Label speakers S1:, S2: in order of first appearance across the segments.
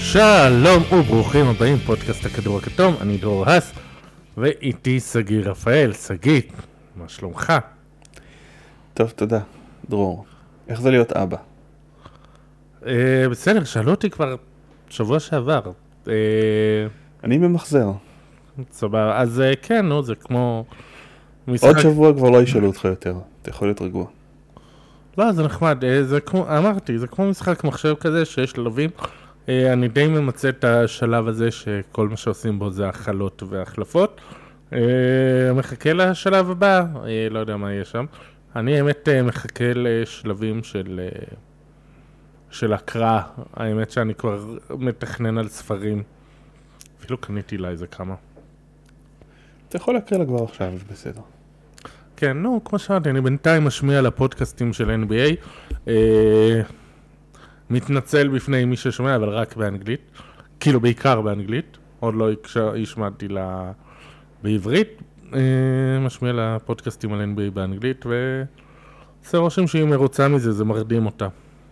S1: שלום וברוכים הבאים, פודקאסט הכדור הכתום, אני דרור הס, ואיתי סגי רפאל. סגי, מה שלומך?
S2: טוב, תודה, דרור. איך זה להיות אבא?
S1: בסדר, שאלו אותי כבר שבוע שעבר.
S2: אני ממחזר.
S1: סבבה, אז כן, נו, זה כמו...
S2: עוד שבוע כבר לא ישאלו אותך יותר, אתה יכול להיות רגוע.
S1: לא, זה נחמד, זה כמו, אמרתי, זה כמו משחק מחשב כזה שיש שלבים. אני די ממצא את השלב הזה שכל מה שעושים בו זה החלות והחלפות. מחכה לשלב הבא, לא יודע מה יהיה שם. אני האמת מחכה לשלבים של הקראה. האמת שאני כבר מתכנן על ספרים. אפילו קניתי לה איזה כמה.
S2: אתה יכול להקריא לה כבר עכשיו, זה בסדר.
S1: כן, נו, כמו שאמרתי, אני בינתיים משמיע לפודקאסטים של NBA. מתנצל בפני מי ששומע, אבל רק באנגלית. כאילו בעיקר באנגלית. עוד לא השמעתי לה בעברית. משמיע לפודקאסטים על NBA באנגלית, ועושה רושם שהיא מרוצה מזה, זה מרדים אותה.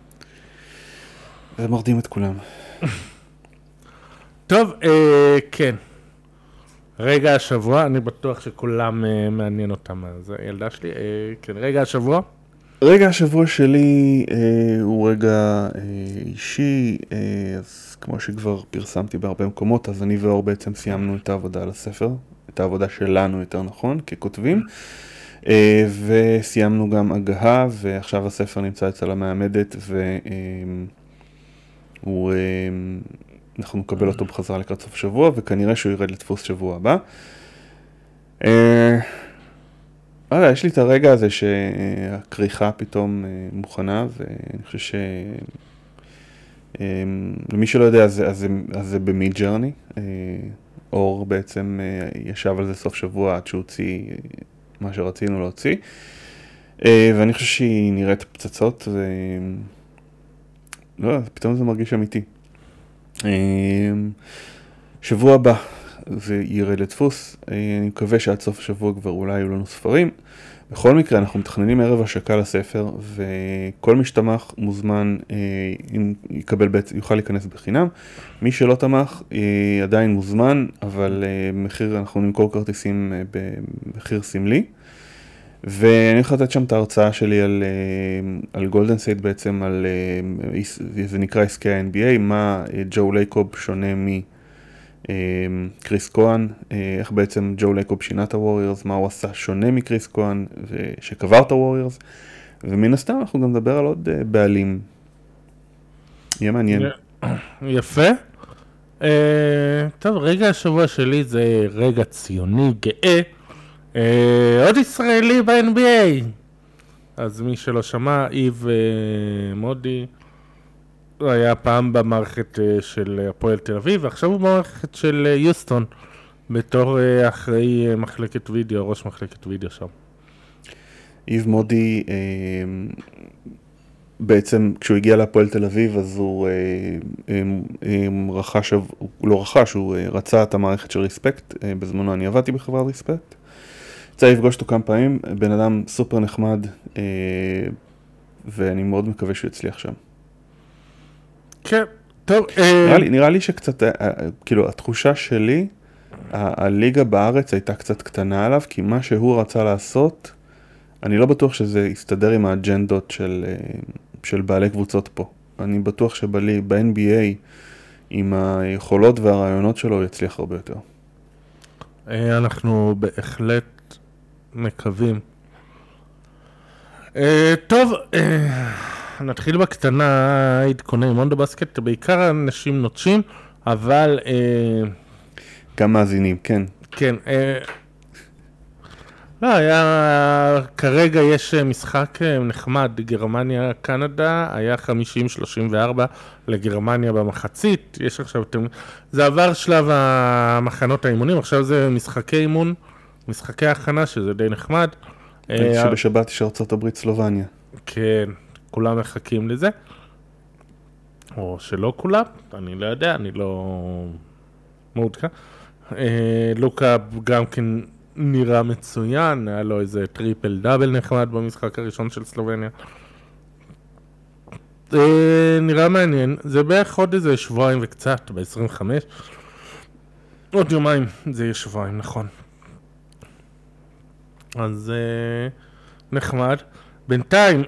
S2: זה מרדים את כולם.
S1: טוב, כן. רגע השבוע, אני בטוח שכולם מעניין אותם, אז הילדה שלי, כן, רגע השבוע.
S2: רגע השבוע שלי הוא רגע אישי, אז כמו שכבר פרסמתי בהרבה מקומות, אז אני ואור בעצם סיימנו את העבודה על הספר, את העבודה שלנו יותר נכון, ככותבים, וסיימנו גם הגהה, ועכשיו הספר נמצא אצל המעמדת, אנחנו נקבל אותו בחזרה לקראת סוף שבוע, וכנראה שהוא ירד לדפוס שבוע הבא. יש לי את הרגע הזה שהכריכה פתאום מוכנה, ואני חושב למי שלא יודע, אז זה במיד ג'רני. אור בעצם ישב על זה סוף שבוע עד שהוציא מה שרצינו להוציא. ואני חושב שהיא נראית פצצות, פתאום זה מרגיש אמיתי. שבוע הבא זה ירד לדפוס, אני מקווה שעד סוף השבוע כבר אולי יהיו לנו ספרים. בכל מקרה אנחנו מתכננים ערב השקה לספר, וכל מי שתמך מוזמן יוכל להיכנס בחינם. מי שלא תמך עדיין מוזמן, אבל אנחנו נמכור כרטיסים במחיר סמלי. ואני הולך לתת שם את ההרצאה שלי על גולדן סטייט בעצם, זה נקרא עסקי ה-NBA, מה ג'ו לייקוב שונה מקריס קוהן, איך בעצם ג'ו לייקוב שינה את הווריורס, מה הוא עשה שונה מקריס קוהן שקבר את הווריורס, ומן הסתם אנחנו גם נדבר על עוד בעלים. יהיה מעניין.
S1: יפה. טוב, רגע השבוע שלי זה רגע ציוני גאה. עוד ישראלי ב-NBA. אז מי שלא שמע, איב מודי היה פעם במערכת של הפועל תל אביב, ועכשיו הוא במערכת של יוסטון, בתור אחראי מחלקת וידאו, ראש מחלקת וידאו שם.
S2: איב מודי, בעצם כשהוא הגיע לפועל תל אביב, אז הוא רצה את המערכת של ריספקט. בזמנו אני עבדתי בחברת ריספקט. רוצה לפגוש אותו כמה פעמים, בן אדם סופר נחמד, ואני מאוד מקווה שהוא יצליח שם.
S1: כן, טוב.
S2: נראה לי שקצת, כאילו, התחושה שלי, הליגה בארץ הייתה קצת קטנה עליו, כי מה שהוא רצה לעשות, אני לא בטוח שזה יסתדר עם האג'נדות של בעלי קבוצות פה. אני בטוח שב-NBA, עם היכולות והרעיונות שלו, הוא יצליח הרבה יותר.
S1: אנחנו בהחלט מקווים. טוב, נתחיל בקטנה, עדכוני מונדו בסקט, בעיקר אנשים נוטשים, אבל...
S2: גם מאזינים, כן.
S1: כן. לא, כרגע יש משחק נחמד, גרמניה, קנדה, היה 50-34 לגרמניה במחצית, יש עכשיו, זה עבר שלב המחנות האימונים, עכשיו זה משחקי אימון, משחקי הכנה, שזה די נחמד.
S2: שבשבת יש ארצות הברית סלובניה.
S1: כן, כולם מחכים לזה. או שלא כולם, אני לא יודע, אני לא מעודכן. לוקה גם כן נראה מצוין, היה לו איזה טריפל דאבל נחמד במשחק הראשון של סלובניה. נראה מעניין. זה בערך עוד איזה שבועיים וקצת, ב-25. עוד יומיים, זה יהיה שבועיים, נכון. אז נחמד. בינתיים,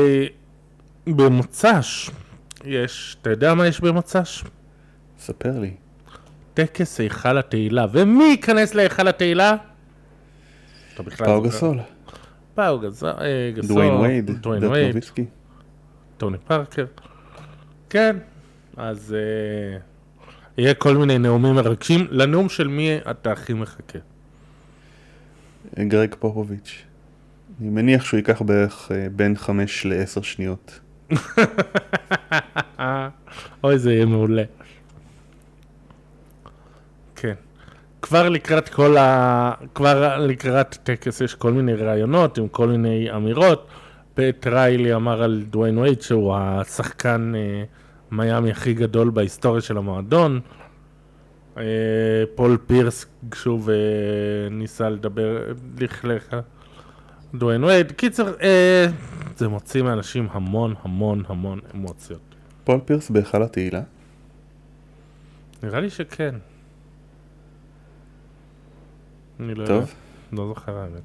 S1: במוצ"ש, אתה יודע מה יש במוצ"ש?
S2: ספר לי.
S1: טקס היכל התהילה. ומי ייכנס להיכל התהילה?
S2: פאו גסול.
S1: פאו גסול.
S2: דוויין וייד. דרק נוביצקי.
S1: טוני פארקר. כן. אז יהיה כל מיני נאומים מרגשים. לנאום של מי אתה הכי מחכה?
S2: גרג פופוביץ'. אני מניח שהוא ייקח בערך בין 5 ל-10 שניות.
S1: אוי, זה יהיה מעולה. כן. כבר לקראת טקס יש כל מיני רעיונות עם כל מיני אמירות. פט ריילי אמר על דוויין וייד שהוא השחקן מיאמי הכי גדול בהיסטוריה של המועדון. פול פירס שוב ניסה לדבר לכלך דוויין וייד. קיצר, זה מוציא מאנשים המון המון המון אמוציות.
S2: פול פירס בהיכל התהילה?
S1: נראה לי שכן. אני
S2: טוב.
S1: לא זוכר האמת.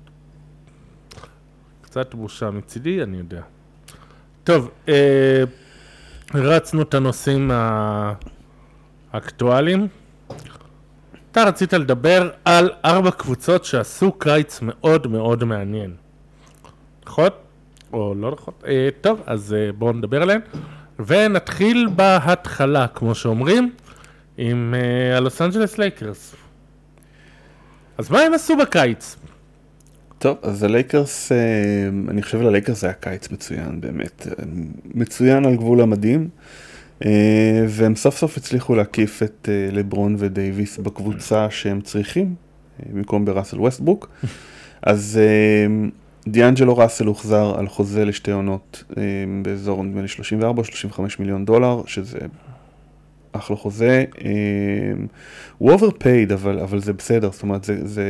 S1: קצת בושה מצידי, אני יודע. טוב, רצנו את הנושאים האקטואליים. אתה רצית לדבר על 4 קבוצות שעשו קיץ מאוד מאוד מעניין. נכון? או לא נכון? טוב, אז בואו נדבר עליהן. ונתחיל בהתחלה, כמו שאומרים, עם הלוס אנג'לס לייקרס. אז מה הם עשו בקיץ?
S2: טוב, אז הלייקרס, אני חושב ללייקרס היה קיץ מצוין, באמת. מצוין על גבול המדהים. והם סוף סוף הצליחו להקיף את לברון ודייביס בקבוצה שהם צריכים, במקום בראסל ווסטברוק. אז דיאנג'לו ראסל הוחזר על חוזה לשתי עונות באזור נדמה לי 34-35 מיליון דולר, שזה אחלה חוזה. הוא overpaid, אבל זה בסדר, זאת אומרת,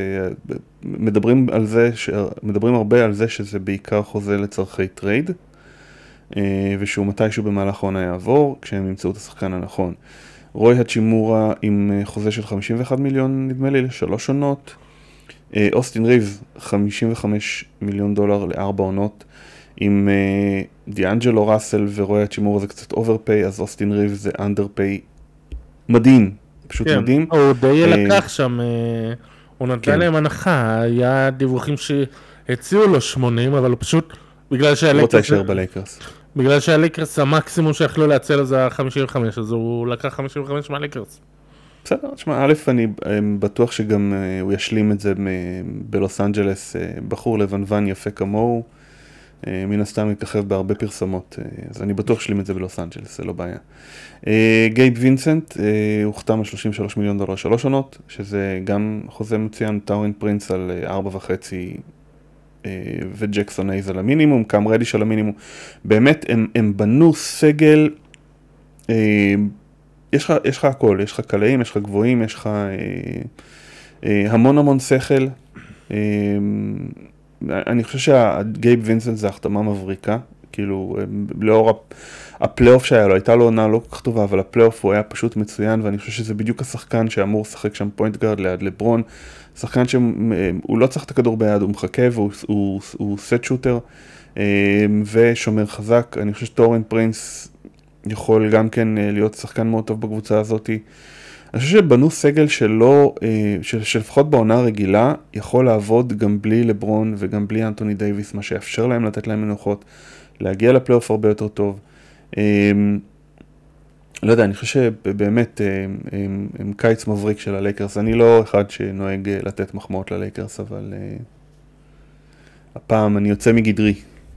S2: מדברים הרבה על זה שזה בעיקר חוזה לצרכי טרייד. ושהוא מתישהו במהלך העונה יעבור, כשהם ימצאו את השחקן הנכון. רוי הצ'ימורה עם חוזה של 51 מיליון, נדמה לי, ל3 עונות. אוסטין ריבס, 55 מיליון דולר ל4 עונות. עם דיאנג'לו ראסל ורוי הצ'ימורה זה קצת אוברפיי, אז אוסטין ריבס זה אנדרפיי מדהים, פשוט
S1: כן,
S2: מדהים.
S1: הוא די לקח שם, הוא נתן להם הנחה, היה דיווחים שהציעו לו 80, אבל הוא פשוט...
S2: הוא רוצה להישאר בלייקרס.
S1: בגלל שהלייקרס המקסימום שיכלו להציע לו זה 55, אז הוא לקח 55 מהלייקרס.
S2: בסדר, תשמע, א', אני בטוח שגם הוא ישלים את זה בלוס אנג'לס, בחור לבנוון יפה כמוהו, מן הסתם יככב בהרבה פרסומות, אז אני בטוח שלים את זה בלוס אנג'לס, זה לא בעיה. גייב וינסנט, הוא חתם על 33 מיליון דולר 3 עונות, שזה גם חוזה מצוין, טאורין פרינס על 4.5, וג'קסון אייז על המינימום, קאם רדיש על המינימום. באמת, הם בנו סגל, יש לך הכל, יש לך קלעים, יש לך גבוהים, יש לך המון שכל. אני חושב שהגייב וינסנט זה החתמה מבריקה, כאילו, לאור הפלייאוף שהיה לו, הייתה לו עונה לא כל כך טובה, אבל הפלייאוף הוא היה פשוט מצוין, ואני חושב שזה בדיוק השחקן שאמור לשחק שם פוינט גארד ליד לברון, שחקן שהוא לא צריך את הכדור ביד, הוא מחכה והוא סט שוטר, ושומר חזק. אני חושב שטורן פרינס יכול גם כן להיות שחקן מאוד טוב בקבוצה הזאת. אני חושב שבנו סגל שלפחות בעונה רגילה, יכול לעבוד גם בלי לברון וגם בלי אנטוני דייביס, מה שיאפשר להם לתת להם מנוחות, להגיע לפלייאוף הרבה יותר טוב. לא יודע, אני חושב שבאמת הם קיץ מבריק של הלייקרס. אני לא אחד שנוהג לתת מחמאות ללייקרס, אבל הפעם אני יוצא מגדרי.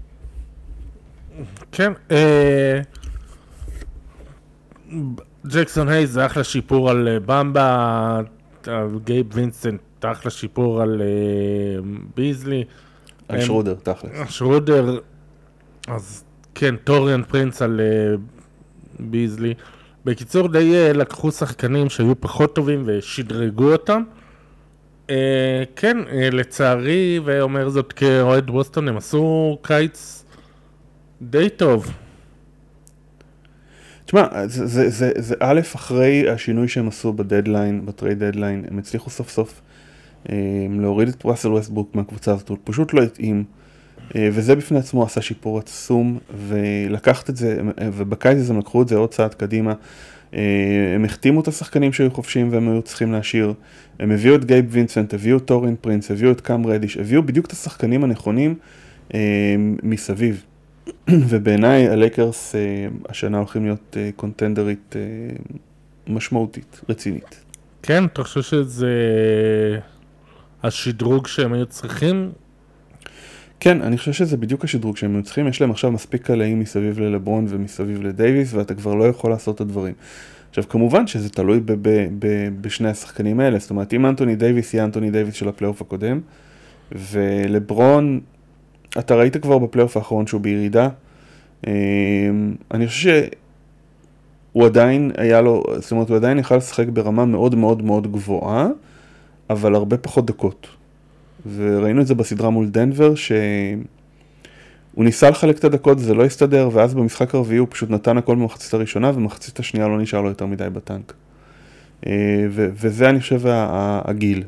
S1: כן, ג'קסון הייז זה אחלה שיפור על במבה, גייב וינסנט אחלה שיפור על ביזלי.
S2: על שרודר, תכלס.
S1: שרודר, אז כן, טוריאן פרינס על ביזלי. בקיצור, די לקחו שחקנים שהיו פחות טובים ושדרגו אותם. כן, לצערי, ואומר זאת כאוהד בוסטון, הם עשו קיץ די טוב.
S2: תשמע, זה א', אחרי השינוי שהם עשו בדדליין, בטרייד דדליין, הם הצליחו סוף סוף להוריד את ראסל ווסטברוק מהקבוצה הזאת, הוא פשוט לא התאים, וזה בפני עצמו עשה שיפור עצום, ולקחת את זה, ובקיץ הזה הם לקחו את זה עוד צעד קדימה, הם החתימו את השחקנים שהיו חופשיים והם היו צריכים להשאיר, הם הביאו את גייב וינסנט, הביאו את טורין פרינס, הביאו את קאם רדיש, הביאו בדיוק את השחקנים הנכונים מסביב. ובעיניי הלייקרס השנה הולכים להיות קונטנדרית משמעותית, רצינית.
S1: כן, אתה חושב שזה השדרוג שהם היו צריכים?
S2: כן, אני חושב שזה בדיוק השדרוג שהם היו צריכים. יש להם עכשיו מספיק קלעים מסביב ללברון ומסביב לדייביס, ואתה כבר לא יכול לעשות את הדברים. עכשיו, כמובן שזה תלוי בשני השחקנים האלה. זאת אומרת, אם אנטוני דייביס יהיה אנטוני דייביס של הפלייאוף הקודם, ולברון, אתה ראית כבר בפלייאוף האחרון שהוא בירידה, אני חושב שהוא עדיין היה לו, זאת אומרת, הוא עדיין יכל לשחק ברמה מאוד מאוד מאוד גבוהה, אבל הרבה פחות דקות. וראינו את זה בסדרה מול דנבר, שהוא ניסה לחלק את הדקות, זה לא הסתדר, ואז במשחק הרביעי הוא פשוט נתן הכל במחצית הראשונה, ומחצית השנייה לא נשאר לו יותר מדי בטנק. וזה אני חושב הגיל.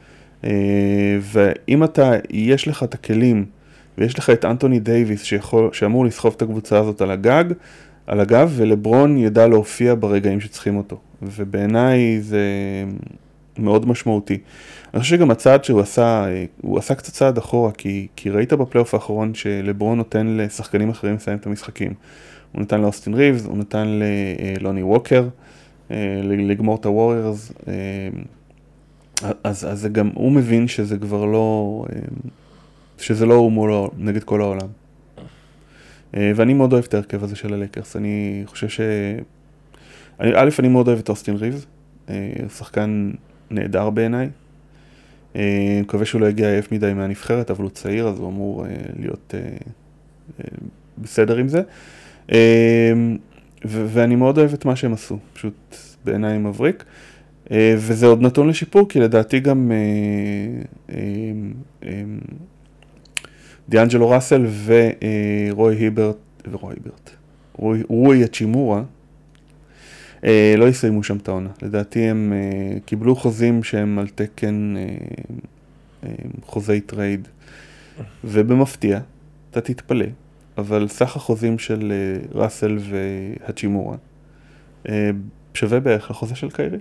S2: ואם יש לך את הכלים, ויש לך את אנטוני דייביס שאמור לסחוב את הקבוצה הזאת על הגב, ולברון ידע להופיע ברגעים שצריכים אותו. ובעיניי זה מאוד משמעותי. אני חושב שגם הצעד שהוא עשה, הוא עשה קצת צעד אחורה, כי ראית בפלייאוף האחרון שלברון נותן לשחקנים אחרים לסיים את המשחקים. הוא נתן לאוסטין ריבס, הוא נתן ללוני ווקר, לגמור את הווריורס, אז זה גם, הוא מבין שזה כבר לא, שזה לא הוא מולו נגד כל העולם. ואני מאוד אוהב את ההרכב הזה של הלייקרס. אני חושב אני מאוד אוהב את אוסטין ריבס, הוא שחקן נהדר בעיניי. אני מקווה שהוא לא יגיע עייף מדי מהנבחרת, אבל הוא צעיר, אז הוא אמור להיות בסדר עם זה. ואני מאוד אוהב את מה שהם עשו, פשוט בעיניי מבריק. וזה עוד נתון לשיפור, כי לדעתי גם דיאנג'לו ראסל רוי הצ'ימורה, לא יסיימו שם את העונה. לדעתי הם קיבלו חוזים שהם על תקן חוזי טרייד, ובמפתיע, אתה תתפלא, אבל סך החוזים של ראסל והצ'ימורה שווה בערך לחוזה של קיירי.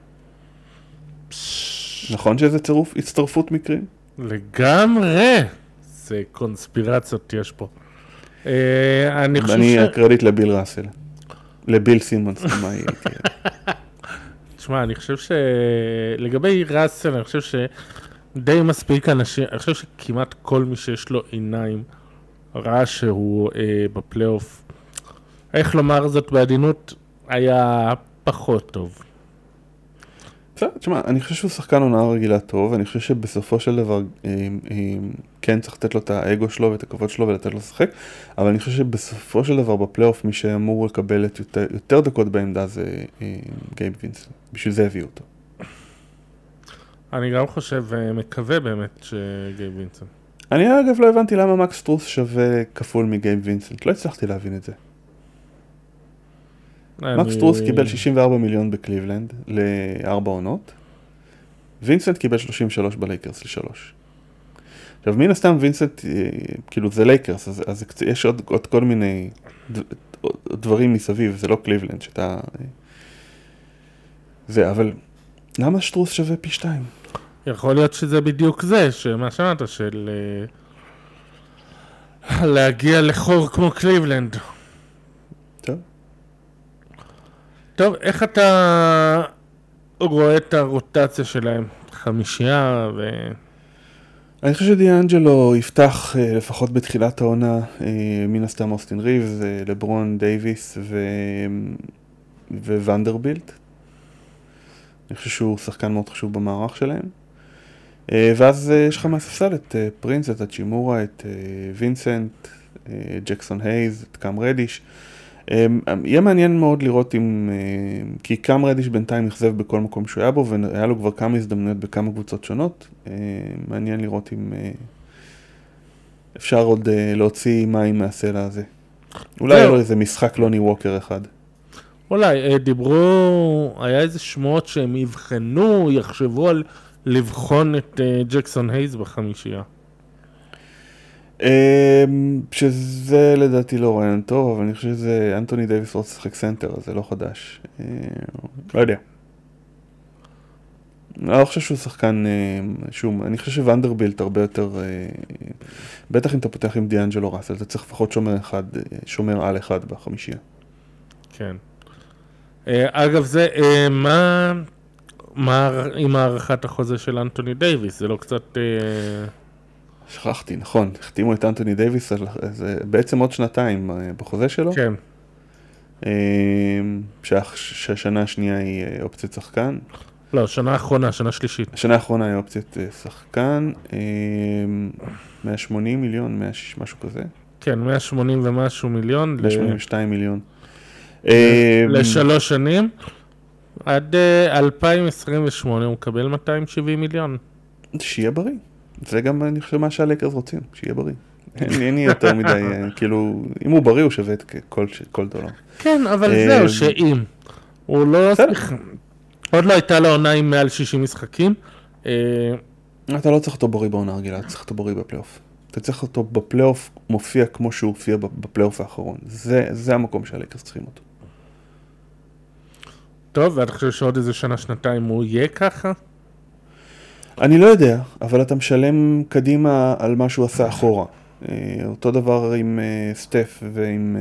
S2: נכון שזה הצטרפות מקרים?
S1: לגמרי. זה קונספירציות יש פה.
S2: אני הקרדיט לביל ראסל. לביל סימונס, מה יהיה?
S1: תשמע, אני חושב שלגבי ראסל, אני חושב שדי מספיק אנשים, אני חושב שכמעט כל מי שיש לו עיניים ראה שהוא בפלייאוף, איך לומר זאת בעדינות, היה פחות טוב.
S2: תשמע, אני חושב שהוא שחקן עונה רגילה טוב, אני חושב שבסופו של דבר כן צריך לתת לו את האגו שלו ואת הכבוד שלו ולתת לו לשחק, אבל אני חושב שבסופו של דבר בפלייאוף מי שאמור לקבל את יותר דקות בעמדה זה גייב וינסנט, בשביל זה הביאו אותו.
S1: אני גם חושב ומקווה באמת שגייב וינסנט.
S2: אני אגב לא הבנתי למה מקס סטרוס שווה כפול מגייב וינסנט, לא הצלחתי להבין את זה. מקס סטרוס קיבל 64 מיליון בקליבלנד ל4 עונות, וינסנט קיבל 33 בלייקרס ל3. עכשיו מן הסתם וינסנט, כאילו זה לייקרס, אז יש עוד כל מיני דברים מסביב, זה לא קליבלנד שאתה... זה, אבל למה סטרוס שווה פי 2?
S1: יכול להיות שזה בדיוק זה, שמה שמעת של להגיע לחור כמו קליבלנד. טוב, איך אתה רואה את הרוטציה שלהם? חמישייה
S2: אני חושב שדיאנג'לו יפתח לפחות בתחילת העונה, מן הסתם אוסטין ריבס, לברון, דייביס וונדרבילט. אני חושב שהוא שחקן מאוד חשוב במערך שלהם. ואז יש לך מהספסל את פרינס, את הצ'ימורה, את וינסנט, ג'קסון הייז, את קאם רדיש. יהיה מעניין מאוד לראות אם, כי קאם רדיש בינתיים נכזב בכל מקום שהוא היה בו, והיה לו כבר כמה הזדמנויות בכמה קבוצות שונות. מעניין לראות אם אפשר עוד להוציא מים מהסלע הזה. אולי יהיה לו איזה משחק לוני ווקר אחד.
S1: אולי, דיברו, היה איזה שמועות שהם יבחנו, יחשבו על לבחון את ג'קסון הייז בחמישייה.
S2: שזה לדעתי לא רעיון טוב, אבל אני חושב שזה אנטוני דייביס רוצה לשחק סנטר, אז זה לא חדש. לא יודע. אני לא חושב שהוא שחקן, אני חושב שוונדרבילט הרבה יותר, בטח אם אתה פותח עם דיאנג'לו ראסל, אתה צריך לפחות שומר על אחד בחמישייה.
S1: כן. אגב זה, מה עם הערכת החוזה של אנטוני דייביס? זה לא קצת...
S2: שכחתי, נכון, החתימו את אנטוני דייביס, זה בעצם עוד שנתיים בחוזה שלו.
S1: כן.
S2: שהשנה השנייה היא אופציית שחקן.
S1: לא, שנה האחרונה, שנה שלישית.
S2: השנה האחרונה היא אופציית שחקן, 180 מיליון, משהו כזה.
S1: כן, 180 ומשהו מיליון.
S2: 182 מיליון.
S1: לשלוש שנים. עד 2028 הוא מקבל 270 מיליון.
S2: שיהיה בריא. זה גם אני חושב מה שהלקרס רוצים, שיהיה בריא. אין לי יותר מדי, כאילו, אם הוא בריא הוא שווה את כל דולר.
S1: כן, אבל זהו, שאם. הוא לא... עוד לא הייתה לו עונה עם מעל 60 משחקים.
S2: אתה לא צריך אותו בריא בעונה רגילה, אתה צריך אותו בריא בפלייאוף. אתה צריך אותו בפלייאוף מופיע כמו שהוא הופיע בפלייאוף האחרון. זה המקום שהלקרס צריכים אותו.
S1: טוב, ואתה חושב שעוד איזה שנה, שנתיים הוא יהיה ככה?
S2: אני לא יודע, אבל אתה משלם קדימה על מה שהוא עשה אחורה. אותו דבר עם סטף ועם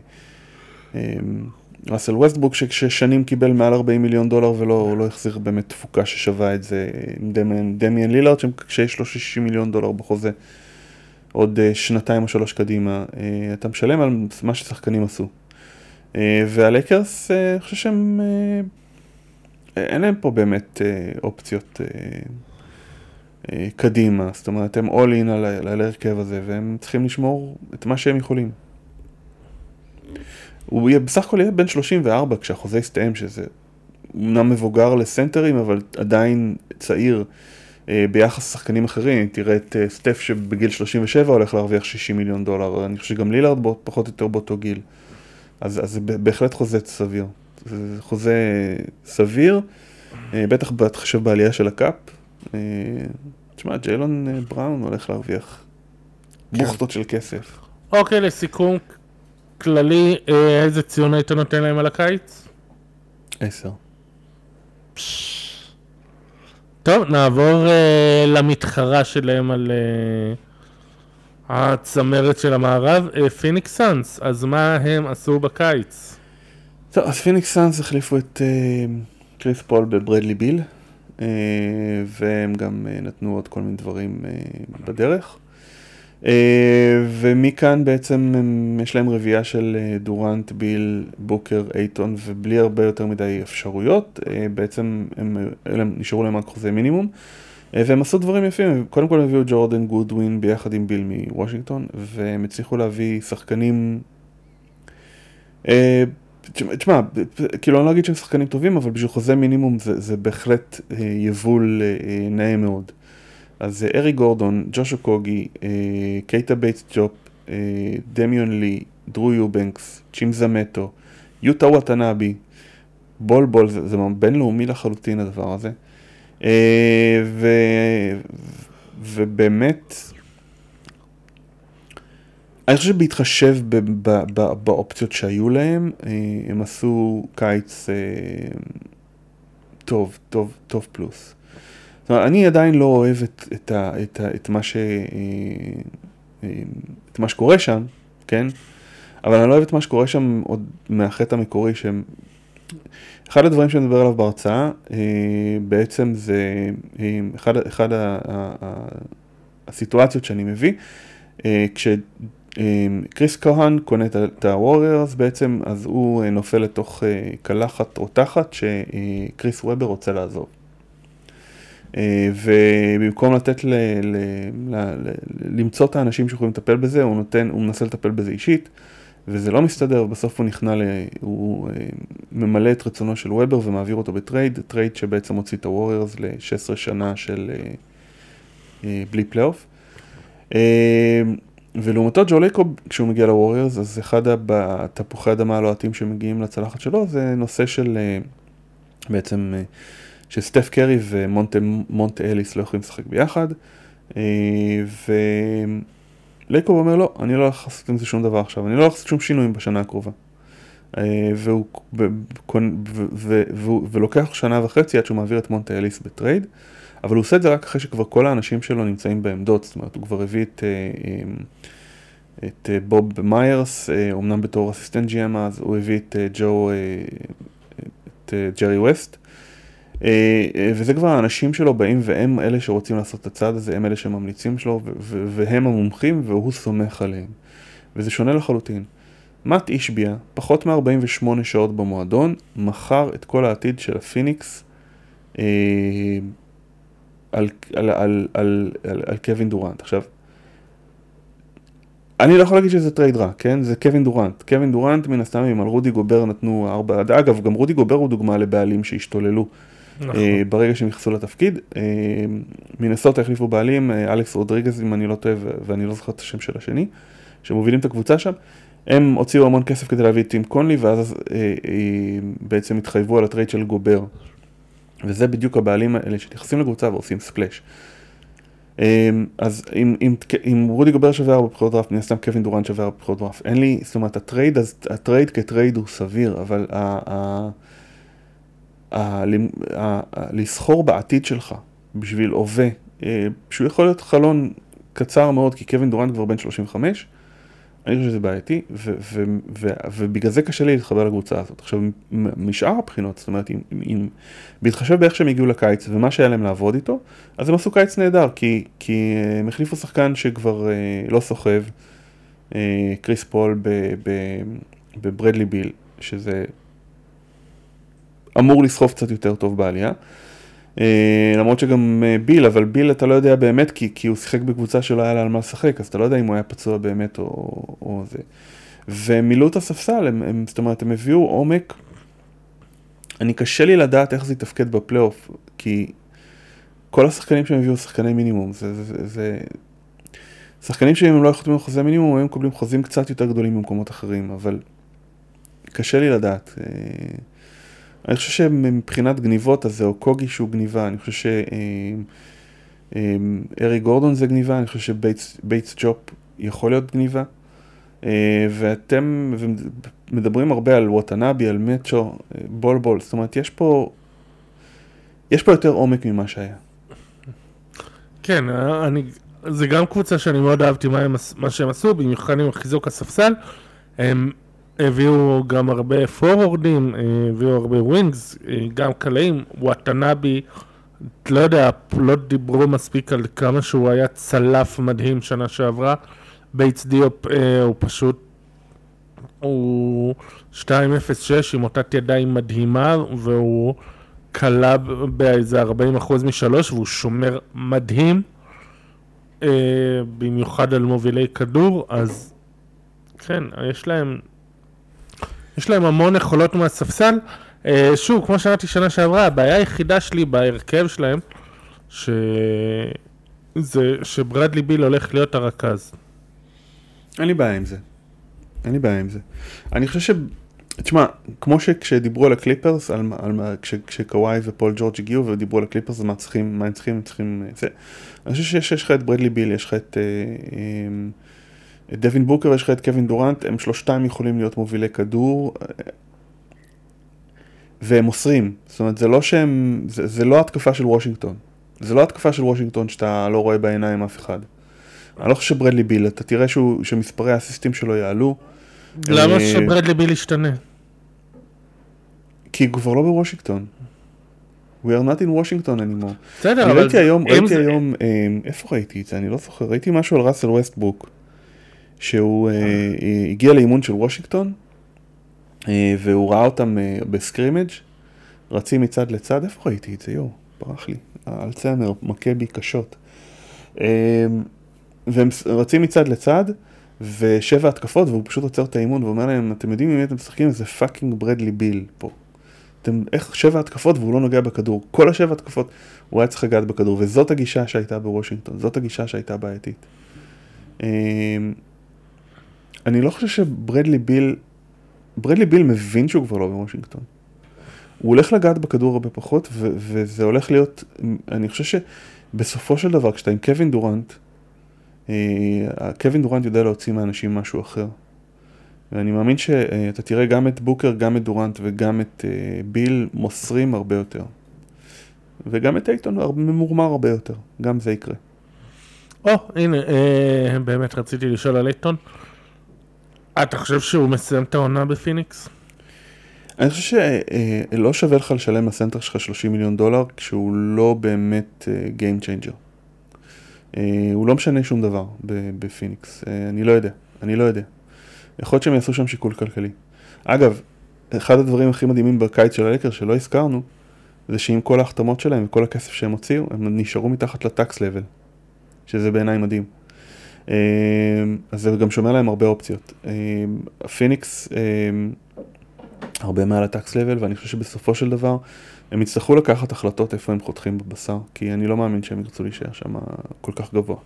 S2: ראסל ווסטברוק, ששנים קיבל מעל 40 מיליון דולר ולא לא החזיר באמת תפוקה ששווה את זה. דמיאן לילארד, כשיש לו 60 מיליון דולר בחוזה, עוד שנתיים או שלוש קדימה, אתה משלם על מה ששחקנים עשו. והלקרס, אני חושב שהם, אין להם פה באמת אופציות קדימה, זאת אומרת, הם all in על הרכב הזה, והם צריכים לשמור את מה שהם יכולים. הוא יהיה, בסך הכל יהיה בין 34 כשהחוזה יסתיים, שזה אומנם מבוגר לסנטרים, אבל עדיין צעיר ביחס לשחקנים אחרים. תראה את סטף שבגיל 37 הולך להרוויח 60 מיליון דולר, אני חושב שגם לילארד פחות או יותר באותו גיל. אז זה בהחלט חוזה סביר. זה חוזה סביר, בטח בהתחשב בעלייה של הקאפ. תשמע, ג'יילון בראון הולך להרוויח בוכטות של כסף.
S1: אוקיי, לסיכום כללי, איזה ציון היית נותן להם על הקיץ?
S2: 10.
S1: טוב, נעבור למתחרה שלהם על הצמרת של המערב, פיניקס סאנס. אז מה הם עשו בקיץ?
S2: טוב, אז פיניקס סאנס החליפו את קריס פול בברדלי ביל, והם גם נתנו עוד כל מיני דברים בדרך. ומכאן בעצם יש להם רביעה של דורנט, ביל, בוקר, אייטון, ובלי הרבה יותר מדי אפשרויות. בעצם הם נשארו להם רק חוזה מינימום, והם עשו דברים יפים. קודם כל הביאו ג'ורדן גודווין ביחד עם ביל מוושינגטון, והם הצליחו להביא שחקנים, תשמע, כאילו אני לא אגיד שהם שחקנים טובים, אבל בשביל חוזה מינימום זה בהחלט יבול נאה מאוד. אז ארי גורדון, ג'ושו קוגי, קייטה בייטס ג'ופ, דמיון לי, דרו יובנקס, צ'ימזה מטו, יוטה וואטנאבי, בול, זה בינלאומי לחלוטין הדבר הזה. ובאמת, אני חושב שבהתחשב באופציות שהיו להם, הם עשו קיץ טוב פלוס. אני עדיין לא אוהב את מה שקורה שם, כן? אבל אני לא אוהב את מה שקורה שם עוד מהחטא המקורי, שהם... אחד הדברים שאני מדבר עליו בהרצאה, בעצם זה אחד הסיטואציות שאני מביא, כשקריס כהן קונה את הווריירס בעצם, אז הוא נופל לתוך קלחת או תחת שקריס וובר רוצה לעזוב. ובמקום לתת למצוא את האנשים שיכולים לטפל בזה, הוא מנסה לטפל בזה אישית, וזה לא מסתדר, ובסוף הוא ממלא את רצונו של וובר ומעביר אותו בטרייד, טרייד שבעצם הוציא את הווריירס ל-16 שנה של בלי פלייאוף. ולעומתו ג'ו לייקוב, כשהוא מגיע לווריורס, אז אחד התפוחי אדמה הלוהטים שמגיעים לצלחת שלו, זה נושא של בעצם שסטף קרי ומונטה אליס לא יכולים לשחק ביחד, ולייקוב אומר לא, אני לא הולך לעשות עם זה שום דבר עכשיו, אני לא הולך לעשות שום שינויים בשנה הקרובה. ולוקח שנה וחצי עד שהוא מעביר את מונטה אליס בטרייד, אבל הוא עושה את זה רק אחרי שכבר כל האנשים שלו נמצאים בעמדות, זאת אומרת, הוא כבר הביא את בוב מיירס, אומנם בתור אסיסטנט GM אז, הוא הביא את ג'רי ווסט, וזה כבר האנשים שלו באים, והם אלה שרוצים לעשות את הצעד הזה, הם אלה שממליצים שלו, והם המומחים, והוא סומך עליהם. וזה שונה לחלוטין. מאט אישביה, פחות מ-48 שעות במועדון, מכר את כל העתיד של הפיניקס על קווין דורנט. עכשיו, אני לא יכול להגיד שזה טרייד רע, כן? זה קווין דורנט. קווין דורנט, מן הסתם, אם על רודי גובר נתנו 4... אגב, גם רודי גובר הוא דוגמה לבעלים שהשתוללו ברגע שהם נכנסו לתפקיד. מינסוטה החליפו בעלים, אלכס רודריגז, אם אני לא טועה, ואני לא זוכר את השם של השני, שמובילים את הקבוצה שם. הם הוציאו המון כסף כדי להביא את טים קונלי, ואז בעצם התחייבו על הטרייד של גובר. וזה בדיוק הבעלים האלה שנכנסים לקבוצה ועושים ספלש. אז אם רודי גובר שווה 4 בחירות דראפט, מן הסתם קווין דורנט שווה 4 בחירות דראפט. אין לי, זאת אומרת, הטרייד כטרייד הוא סביר, אבל לסחור בעתיד שלך בשביל הווה, שהוא יכול להיות חלון קצר מאוד, כי קווין דורנט כבר בן 35, אני חושב שזה בעייתי, ובגלל זה קשה לי להתחבר לקבוצה הזאת. עכשיו, משאר הבחינות, זאת אומרת, אם בהתחשב באיך שהם הגיעו לקיץ, ומה שהיה להם לעבוד איתו, אז הם עשו קיץ נהדר, כי הם החליפו שחקן שכבר לא סוחב, קריס פול בברדלי ביל, שזה אמור לסחוב קצת יותר טוב בעלייה, למרות שגם ביל, אבל ביל אתה לא יודע באמת, כי הוא שיחק בקבוצה שלא היה לה על מה לשחק, אז אתה לא יודע אם הוא היה פצוע באמת או זה. ומילאו את הספסל, זאת אומרת, הם הביאו עומק, אני קשה לי לדעת איך זה יתפקד בפלייאוף, כי כל השחקנים שהם הביאו שחקני מינימום, זה שחקנים שאם הם לא יכולים לחוזה מינימום, הם מקבלים חוזים קצת יותר גדולים במקומות אחרים, אבל קשה לי לדעת. אני חושב שמבחינת גניבות, אז זה או קוגי שהוא גניבה, אני חושב שארי גורדון זה גניבה, אני חושב שבייטס ג'ופ יכול להיות גניבה, ואתם מדברים הרבה על ווטנאבי, על מצ'ו, בול, זאת אומרת, יש פה יותר עומק ממה שהיה.
S1: כן, זה גם קבוצה שאני מאוד אהבתי מה שהם עשו, במיוחד עם חיזוק הספסל, הם הביאו גם הרבה פורורדים, הביאו הרבה ווינגס, גם קלעים, וואטנאבי, לא יודע, לא דיברו מספיק על כמה שהוא היה צלף מדהים שנה שעברה, בייטס דיופ הוא פשוט, הוא 2.06 עם אותת ידיים מדהימה, והוא קלה באיזה 40% משלוש, והוא שומר מדהים, במיוחד על מובילי כדור, אז כן, יש להם המון יכולות מהספסל. שוב, כמו שאמרתי שנה שעברה, הבעיה היחידה שלי בהרכב שלהם, שברדלי ביל הולך להיות הרכז.
S2: אין לי בעיה עם זה. אני חושב תשמע, כמו שכשדיברו על הקליפרס, כשקוואי ופול ג'ורג' הגיעו ודיברו על הקליפרס, מה הם צריכים, אני חושב שיש לך את ברדלי ביל, יש לך את דווין בוקר, יש לך את קווין דורנט, הם שלושתם יכולים להיות מובילי כדור, והם מוסרים. זאת אומרת, זה לא התקפה של וושינגטון. זה לא התקפה של וושינגטון שאתה לא רואה בעיניים אף אחד. אני לא חושב שברדלי ביל, אתה תראה שמספרי האסיסטים שלו יעלו.
S1: למה שברדלי ביל ישתנה?
S2: כי הוא כבר לא בוושינגטון. We are not in Washington anymore.
S1: בסדר, אבל...
S2: ראיתי היום, איפה ראיתי את זה? אני לא זוכר. ראיתי משהו על ראסל ווסטברוק, שהוא הגיע לאימון של וושינגטון, והוא ראה אותם בסקרימג', רצים מצד לצד. איפה ראיתי את זה? ברח לי. אלצהיימר מכה בי קשות. והם רצים מצד לצד, ושבע התקפות, והוא פשוט עוצר את האימון, ואומר להם, אתם יודעים אם אתם משחקים? זה פאקינג ברדלי ביל פה. איך 7 התקפות והוא לא נוגע בכדור. כל 7 התקפות הוא היה צריך לגעת בכדור, וזאת הגישה שהייתה בוושינגטון, זאת הגישה שהייתה בעייתית. אני לא חושב שברדלי ביל מבין שהוא כבר לא בוושינגטון. הוא הולך לגעת בכדור הרבה פחות, וזה הולך להיות, אני חושב שבסופו של דבר, כשאתה עם קווין דורנט, קווין דורנט יודע להוציא מהאנשים משהו אחר. ואני מאמין שאתה תראה גם את בוקר, גם את דורנט וגם את ביל מוסרים הרבה יותר. וגם את אייטון ממורמר הרבה יותר. גם זה יקרה.
S1: הנה, באמת רציתי לשאול על אייטון. אתה חושב שהוא מסיים את העונה בפיניקס?
S2: אני חושב שלא שווה לך לשלם לסנטר שלך $30 מיליון, כשהוא לא באמת game changer. הוא לא משנה שום דבר בפיניקס. אני לא יודע. יכול להיות שהם יעשו שם שיקול כלכלי. אגב, אחד הדברים הכי מדהימים בקיץ של הלקר שלא הזכרנו, זה שעם כל ההחתמות שלהם וכל הכסף שהם הוציאו, הם נשארו מתחת לטקס לבל, שזה בעיניי מדהים. אז זה גם שומר להם הרבה אופציות. הפיניקס הרבה מעל הטקס לבל, ואני חושב שבסופו של דבר הם יצטרכו לקחת החלטות איפה הם חותכים בבשר, כי אני לא מאמין שהם ירצו להישאר שם כל כך גבוה.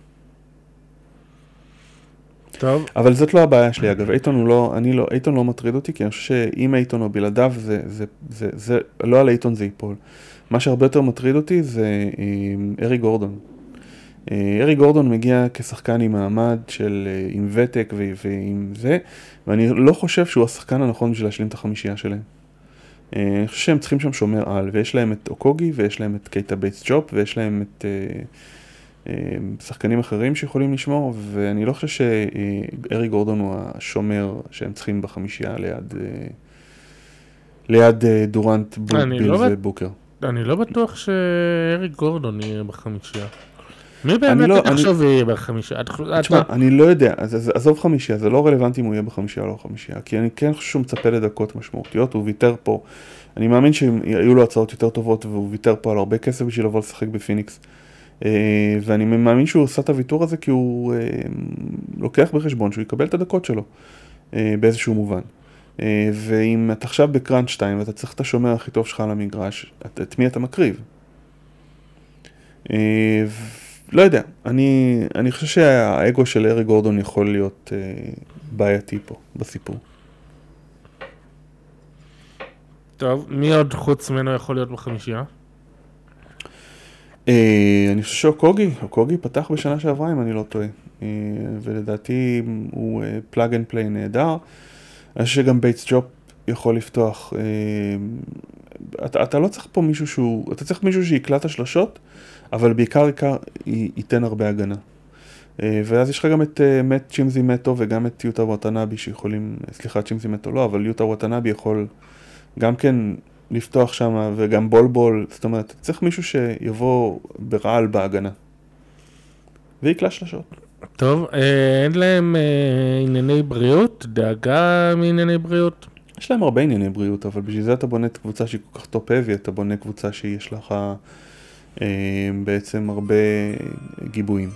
S1: טוב.
S2: אבל זאת לא הבעיה שלי, אגב, אייטון לא מטריד אותי, כי אני חושב שאם אייטון או בלעדיו, זה לא על אייטון זה ייפול. מה שהרבה יותר מטריד אותי זה ארי גורדון. ארי גורדון מגיע כשחקן עם מעמד עם ותק ועם זה, ואני לא חושב שהוא השחקן הנכון בשביל להשלים את החמישייה שלהם. אני חושב שהם צריכים שם שומר על, ויש להם את אוקוגי, ויש להם את קייטה בייטס ג'ופ, ויש להם את שחקנים אחרים שיכולים לשמור, ואני לא חושב שארי גורדון הוא השומר שהם צריכים בחמישייה ליד דורנט, ביל ובוקר.
S1: אני לא בטוח שארי גורדון יהיה בחמישייה. מי באמת עכשיו יהיה בחמישייה?
S2: תשמע, אני לא יודע, אז עזוב חמישייה, זה לא רלוונטי אם הוא יהיה בחמישייה או לא בחמישייה, כי אני כן חושב שהוא מצפה לדקות משמעותיות, הוא ויתר פה, אני מאמין שהיו לו הצעות יותר טובות, והוא ויתר פה על הרבה כסף בשביל לבוא לשחק בפיניקס, ואני מאמין שהוא עושה את הוויתור הזה, כי הוא לוקח בחשבון שהוא יקבל את הדקות שלו, באיזשהו מובן. ואם אתה עכשיו בקראנץ' 2, ואתה צריך את השומר הכי טוב שלך על המגרש, את מי אתה מקריב? לא יודע, אני חושב שהאגו של ארי גורדון יכול להיות בעייתי פה, בסיפור.
S1: טוב, מי עוד חוץ ממנו יכול להיות בחמישייה?
S2: אני חושב שאוקוגי פתח בשנה שעברה, אם אני לא טועה. ולדעתי הוא פלאג אנד פליי נהדר. אני חושב שגם בייטס ג'ופ יכול לפתוח. אתה לא צריך פה מישהו אתה צריך מישהו שיקלט השלשות, אבל בעיקר ייתן הרבה הגנה. ואז יש לך גם את צ'ימזי מטו וגם את יוטה וואטנאבי שיכולים, סליחה, צ'ימזי מטו לא, אבל יוטה וואטנאבי יכול גם כן לפתוח שם, וגם בול, זאת אומרת, צריך מישהו שיבוא ברעל בהגנה. ויקלע שלשות.
S1: טוב, אין להם ענייני בריאות? דאגה מענייני בריאות?
S2: יש להם הרבה ענייני בריאות, אבל בשביל זה אתה בונה את קבוצה שהיא כל כך טופ-אבי, אתה בונה קבוצה שיש לך בעצם הרבה גיבויים.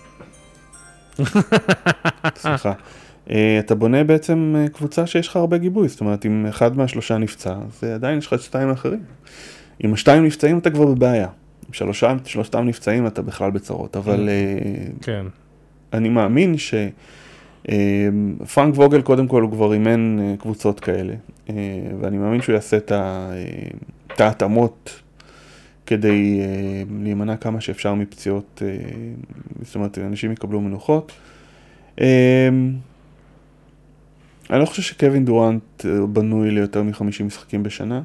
S2: סליחה. אתה בונה בעצם קבוצה שיש לך הרבה גיבוי, זאת אומרת, אם אחד מהשלושה נפצע, זה עדיין יש לך את שתיים האחרים. אם השתיים נפצעים, אתה כבר בבעיה. אם שלושתם נפצעים, אתה בכלל בצרות, אבל
S1: כן.
S2: אני מאמין פרנק ווגל קודם כל הוא כבר אימן קבוצות כאלה, ואני מאמין שהוא יעשה את ההתאמות כדי להימנע כמה שאפשר מפציעות, זאת אומרת, אנשים יקבלו מנוחות. אני לא חושב שקווין דורנט בנוי ליותר מ-50 משחקים בשנה.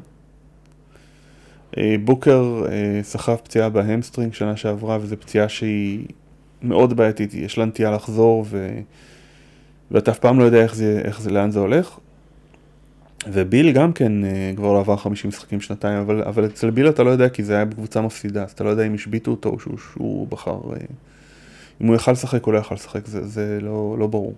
S2: בוקר סחב פציעה בהמסטרינג שנה שעברה, וזו פציעה שהיא מאוד בעייתית, יש לה נטייה לחזור, ואתה אף פעם לא יודע לאן זה הולך. וביל גם כן כבר לא עבר 50 משחקים שנתיים, אבל אצל ביל אתה לא יודע, כי זה היה בקבוצה מפסידה, אז אתה לא יודע אם השביטו אותו או שהוא בחר, אם הוא יכל לשחק או לא יכל לשחק, זה לא ברור.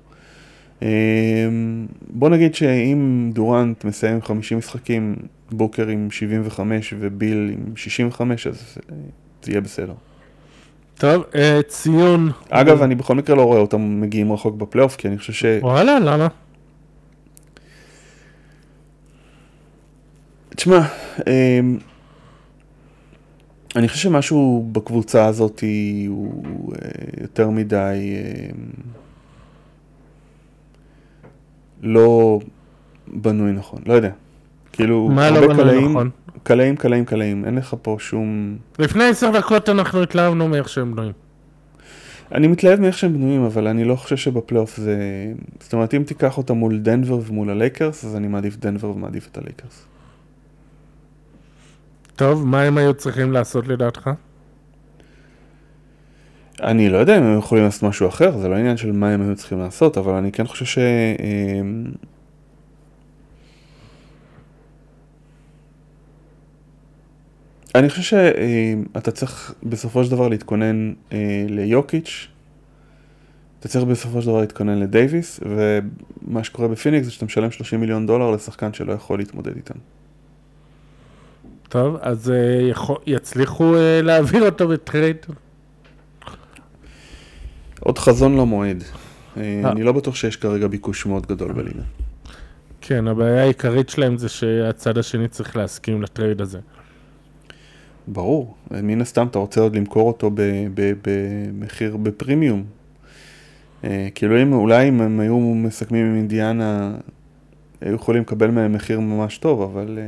S2: בוא נגיד שאם דורנט מסיים 50 משחקים, בוקר עם 75 וביל עם 65, אז זה יהיה בסדר.
S1: טוב, ציון.
S2: אגב, אני בכל מקרה לא רואה אותם מגיעים רחוק בפלייאוף, כי אני חושב
S1: וואלה, למה?
S2: תשמע, אני חושב שמשהו בקבוצה הזאת הוא יותר מדי לא בנוי נכון, לא יודע. כאילו,
S1: מה לא
S2: הרבה
S1: בנוי נכון?
S2: קלעים, אין לך פה שום...
S1: לפני 10 דקות אנחנו התלהבנו מאיך שהם בנויים.
S2: אני מתלהב מאיך שהם בנויים, אבל אני לא חושב שבפלייאוף זה... זאת אומרת, אם תיקח אותה מול דנבר ומול הלייקרס, אז אני מעדיף דנבר ומעדיף את הלייקרס.
S1: טוב, מה הם היו צריכים לעשות לדעתך?
S2: אני לא יודע אם הם יכולים לעשות משהו אחר, זה לא עניין של מה הם היו צריכים לעשות, אבל אני כן חושב ש... אני חושב שאתה צריך בסופו של דבר להתכונן ליוקיץ', אתה צריך בסופו של דבר להתכונן לדייביס, ומה שקורה בפיניקס זה שאתה משלם $30 מיליון לשחקן שלא יכול להתמודד איתם.
S1: טוב, אז יצליחו להעביר אותו בטרייד?
S2: עוד חזון למועד. אני לא בטוח שיש כרגע ביקוש מאוד גדול בליגה.
S1: כן, הבעיה העיקרית שלהם זה שהצד השני צריך להסכים לטרייד הזה.
S2: ברור, מן הסתם אתה רוצה עוד למכור אותו במחיר, בפרימיום. כאילו אולי אם הם היו מסכמים עם אינדיאנה, היו יכולים לקבל מהם מחיר ממש טוב, אבל...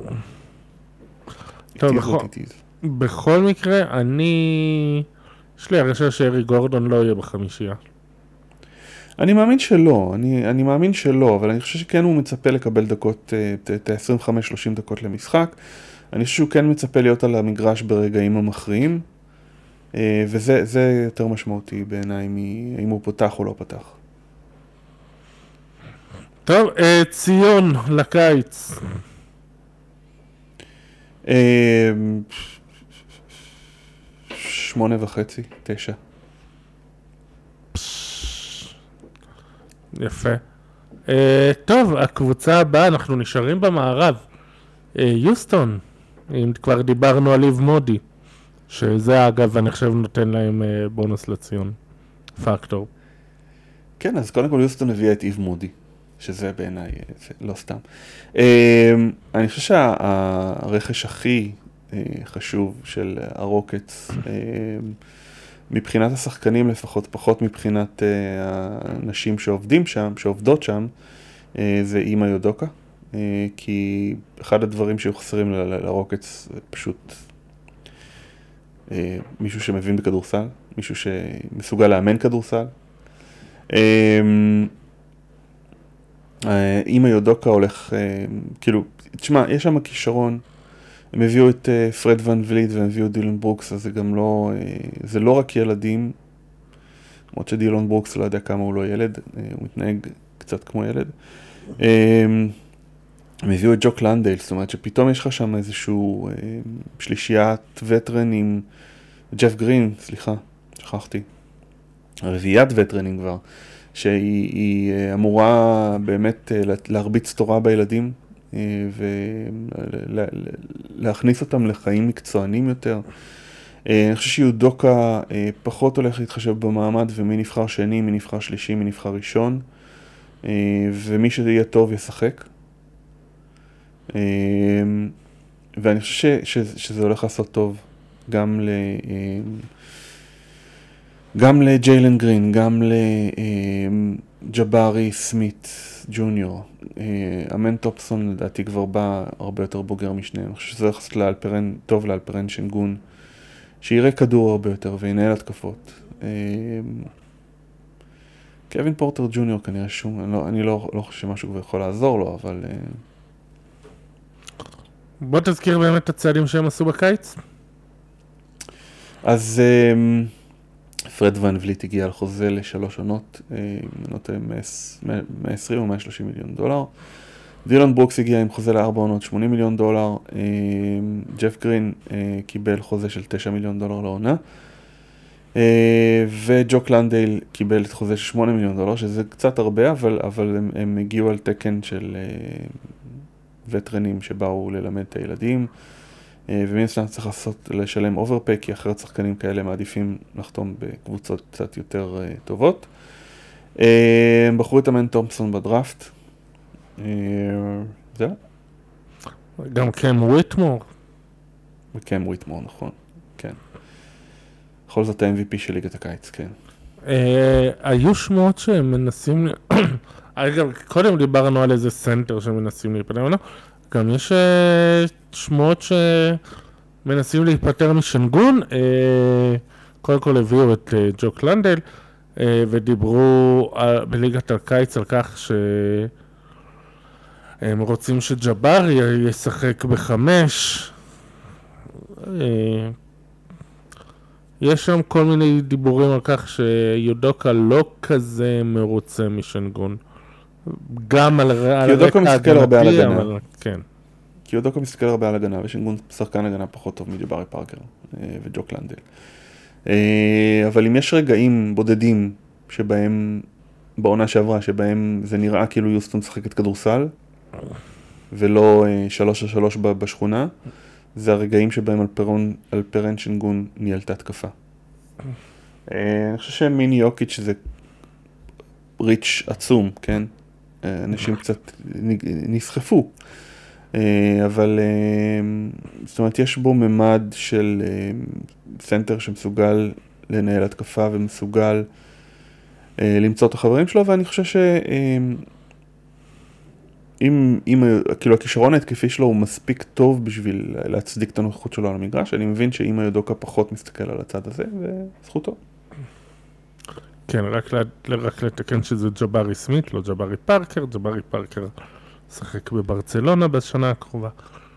S1: טוב, בכל מקרה, יש לי הרגשה שארי גורדון לא יהיה בחמישייה.
S2: אני מאמין שלא, אני מאמין שלא, אבל אני חושב שכן הוא מצפה לקבל דקות, את ה-25-30 דקות למשחק. אני חושב שהוא כן מצפה להיות על המגרש ברגעים המכריעים, וזה יותר משמעותי בעיניי אם הוא פותח או לא פתח.
S1: טוב, ציון לקיץ.
S2: 8.5, 9.
S1: יפה. טוב, הקבוצה הבאה, אנחנו נשארים במערב. יוסטון, אם כבר דיברנו על איב מודי, שזה אגב אני חושב נותן להם בונוס לציון, פקטור.
S2: כן, אז קודם כל יוסטון הביאה את איב מודי, שזה בעיניי, לא סתם. אני חושב שהרכש הכי חשוב של הרוקטס, מבחינת השחקנים לפחות, פחות מבחינת האנשים שעובדות שם, זה אימה יודוקה. כי אחד הדברים שהיו חסרים לרוקטס זה פשוט מישהו שמבין בכדורסל, מישהו שמסוגל לאמן כדורסל. אימה יודוקה הולך, כאילו, תשמע, יש שם כישרון, הם הביאו את פרד ון וליט והם הביאו את דילון ברוקס, אז זה גם לא, זה לא רק ילדים, למרות שדילון ברוקס לא יודע כמה הוא לא ילד, הוא מתנהג קצת כמו ילד. הם הביאו את ג'וק לנדייל, זאת אומרת שפתאום יש לך שם איזשהו שלישיית וטרן עם ג'ף גרין, סליחה, שכחתי, רביעיית וטרנים כבר, שהיא אמורה באמת להרביץ תורה בילדים ולהכניס אותם לחיים מקצוענים יותר. אני חושב שיודוקה פחות הולך להתחשב במעמד ומי נבחר שני, מי נבחר שלישי, מי נבחר ראשון, ומי שיהיה טוב ישחק. ואני חושב שזה הולך לעשות טוב גם לג'יילן גרין, גם לג'בארי סמית ג'וניור. אמן טופסון לדעתי כבר בא הרבה יותר בוגר משניהם. אני חושב שזה הולך לעשות טוב לאלפרן שנגון, שיראה כדור הרבה יותר וינהל התקפות. קווין פורטר ג'וניור כנראה אני לא חושב שמשהו כבר יכול לעזור לו, אבל...
S1: בוא תזכיר באמת את הצעדים שהם עשו בקיץ.
S2: אז פרד ון וליט הגיע על חוזה ל3 עונות, נותן 120 או 130 מיליון דולר. דילון ברוקס הגיע עם חוזה ל4 עונות, 80 מיליון דולר. ג'ף גרין קיבל חוזה של 9 מיליון דולר לעונה. וג'וק לנדייל קיבל את חוזה של 8 מיליון דולר, שזה קצת הרבה, אבל הם הגיעו על תקן של וטרנים שבאו ללמד את הילדים, ומן הסתם צריך לשלם אוברפק, כי אחרת שחקנים כאלה מעדיפים לחתום בקבוצות קצת יותר טובות. הם בחרו את אמן תומפסון בדראפט. זהו.
S1: גם קם וויטמור.
S2: וקם וויטמור, נכון, כן. בכל זאת ה-MVP של ליגת הקיץ, כן.
S1: היו שמועות שהם מנסים אגב, קודם דיברנו על איזה סנטר שמנסים להיפטר ממנו, גם יש שמועות שמנסים להיפטר משנגון, קודם כל הביאו את ג'וק לנדל, ודיברו בליגת הקיץ על כך שהם רוצים שג'בארי ישחק בחמש. יש שם כל מיני דיבורים על כך שיודוקה לא כזה מרוצה משנגון. גם על הרקע
S2: יודוקה מסתכל הרבה על הגנה.
S1: כן.
S2: כי יודוקה מסתכל הרבה על הגנה, ושנגון שחקן הגנה פחות טוב מג'בארי פארקר וג'וק לנדל. אבל אם יש רגעים בודדים שבהם, בעונה שעברה, שבהם זה נראה כאילו יוסטון משחקת כדורסל, ולא 3-3 בשכונה, זה הרגעים שבהם אלפרן שנגון ניהלת התקפה. אני חושב שמיני יוקיץ' זה ריץ' עצום, כן? אנשים קצת נסחפו. אבל זאת אומרת, יש בו ממד של סנטר שמסוגל לנהל התקפה ומסוגל למצוא את החברים שלו, ואני חושב אם כאילו הכישרון ההתקפי שלו הוא מספיק טוב בשביל להצדיק את הנוכחות שלו על המגרש, אני מבין שאם יודוקה פחות מסתכל על הצד הזה, וזכותו.
S1: כן, רק לתקן שזה ג'בארי סמית, לא ג'בארי פארקר. ג'בארי פארקר שחק בברצלונה בשנה הקרובה.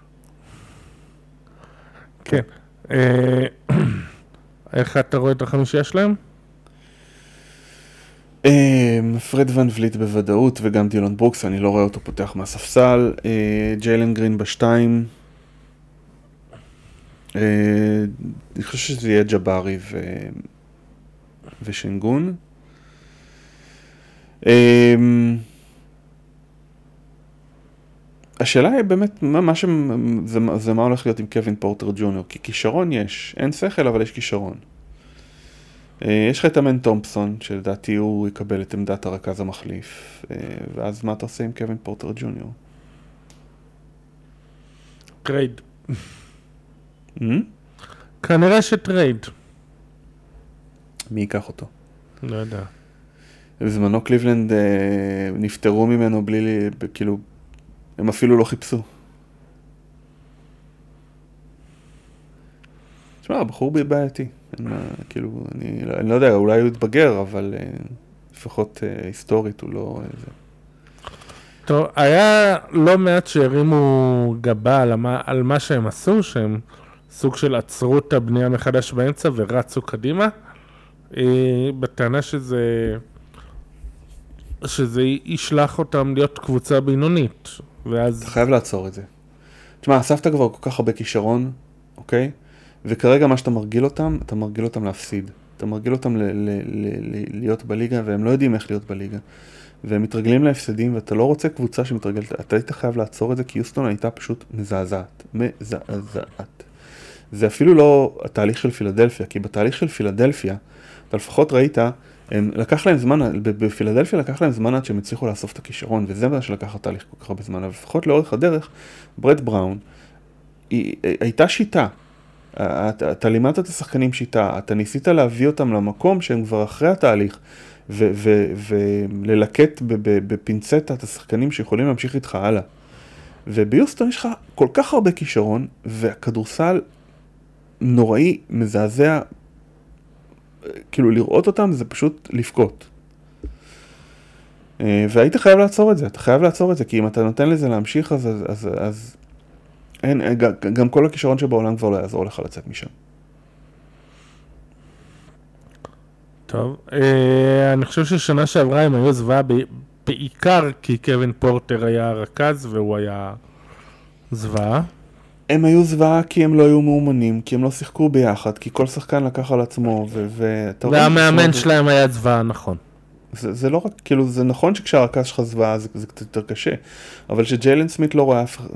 S1: כן. איך אתה רואה את החמישייה שלהם?
S2: פרד ון וליט בוודאות, וגם דילון ברוקס, אני לא רואה אותו פותח מהספסל. ג'יילן גרין בשתיים. אני חושב שזה יהיה ג'בארי ושנגון. השאלה היא באמת, זה מה הולך להיות עם קווין פורטר ג'וניור, כי כישרון יש, אין שכל אבל יש כישרון. יש לך את אמן תומפסון, שלדעתי הוא יקבל את עמדת הרכז המחליף, ואז מה אתה עושה עם קווין פורטר ג'וניור?
S1: טרייד. כנראה שטרייד.
S2: מי ייקח אותו?
S1: לא יודע.
S2: בזמנו קליבלנד נפטרו ממנו בלי, כאילו, הם אפילו לא חיפשו. תשמע, הבחור בעייתי. כאילו, אני לא יודע, אולי הוא יתבגר, אבל לפחות היסטורית הוא לא...
S1: טוב, היה לא מעט שהרימו גבה על מה שהם עשו, שהם סוג של עצרו את הבנייה מחדש באמצע ורצו קדימה, בטענה שזה ישלח אותם להיות קבוצה בינונית, ואז...
S2: אתה חייב לעצור את זה. תשמע, אספת כבר כל כך הרבה כישרון, אוקיי? וכרגע מה שאתה מרגיל אותם, אתה מרגיל אותם להפסיד. אתה מרגיל אותם להיות בליגה, והם לא יודעים איך להיות בליגה. והם מתרגלים להפסדים, ואתה לא רוצה קבוצה שמתרגלת. אתה היית חייב לעצור את זה, כי יוסטון הייתה פשוט מזעזעת. מזעזעת. זה אפילו לא התהליך של פילדלפיה, כי בתהליך של פילדלפיה, אתה לפחות ראית, לקח להם זמן, בפילדלפיה לקח להם זמן עד שהם הצליחו לאסוף את הכישרון, וזה מה שלקח התהליך כל כך הרבה זמן. אבל לפחות לאורך הדרך, ברד בראון, הייתה שיטה. אתה לימדת את השחקנים שיטה, אתה ניסית להביא אותם למקום שהם כבר אחרי התהליך, וללקט בפינצטה את השחקנים שיכולים להמשיך איתך הלאה. וביוסטון יש לך כל כך הרבה כישרון, והכדורסל נוראי, מזעזע, כאילו לראות אותם זה פשוט לפקוט. והיית חייב לעצור את זה, אתה חייב לעצור את זה, כי אם אתה נותן לזה להמשיך, אז אין, גם כל הכישרון שבעולם כבר לא יעזור לך לצאת משם.
S1: טוב, אני חושב ששנה שעברה הם היו זוועה בעיקר כי קווין פורטר היה הרכז והוא היה זוועה.
S2: הם היו זוועה כי הם לא היו מאומנים, כי הם לא שיחקו ביחד, כי כל שחקן לקח על עצמו,
S1: והמאמן שלהם היה זוועה, נכון.
S2: זה לא רק, כאילו, זה נכון שכשהרכז שלך זוועה זה קצת יותר קשה, אבל שג'יילן סמית לא רואה אף אחד,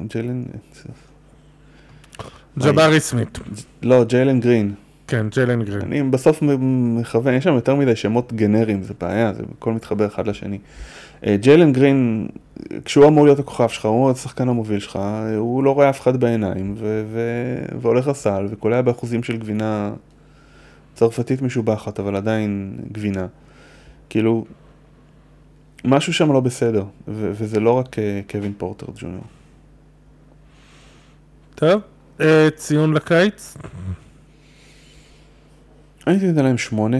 S1: ג'בארי סמית.
S2: לא, ג'יילן גרין.
S1: כן, ג'יילן גרין.
S2: אני בסוף מכוון, יש שם יותר מדי שמות גנריים, זה בעיה, זה הכל מתחבר אחד לשני. ג'יילן גרין, כשהוא אמור להיות הכוכב שלך, הוא אמור להיות השחקן המוביל שלך, הוא לא רואה אף אחד בעיניים, והולך לסל, וקולע באחוזים של גבינה צרפתית משובחת, אבל עדיין גבינה. כאילו, משהו שם לא בסדר, וזה לא רק קווין פורטר ג'וניור.
S1: טוב, ציון לקיץ?
S2: אני הייתי נותן להם 8.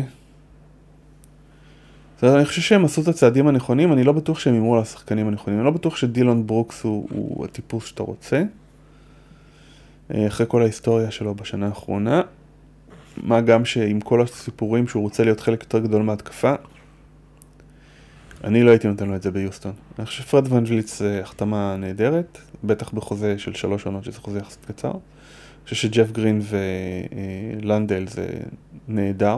S2: אני חושב שהם עשו את הצעדים הנכונים, אני לא בטוח שהם ימרו על השחקנים הנכונים, אני לא בטוח שדילון ברוקס הוא הטיפוס שאתה רוצה, אחרי כל ההיסטוריה שלו בשנה האחרונה, מה גם שעם כל הסיפורים שהוא רוצה להיות חלק יותר גדול מהתקפה, אני לא הייתי נותן לו את זה ביוסטון. אני חושב שפרד ון וליץ זה החתמה נהדרת, בטח בחוזה של 3 עונות שזה חוזה יחסית קצר. אני חושב שג'ף גרין ולנדל זה נהדר.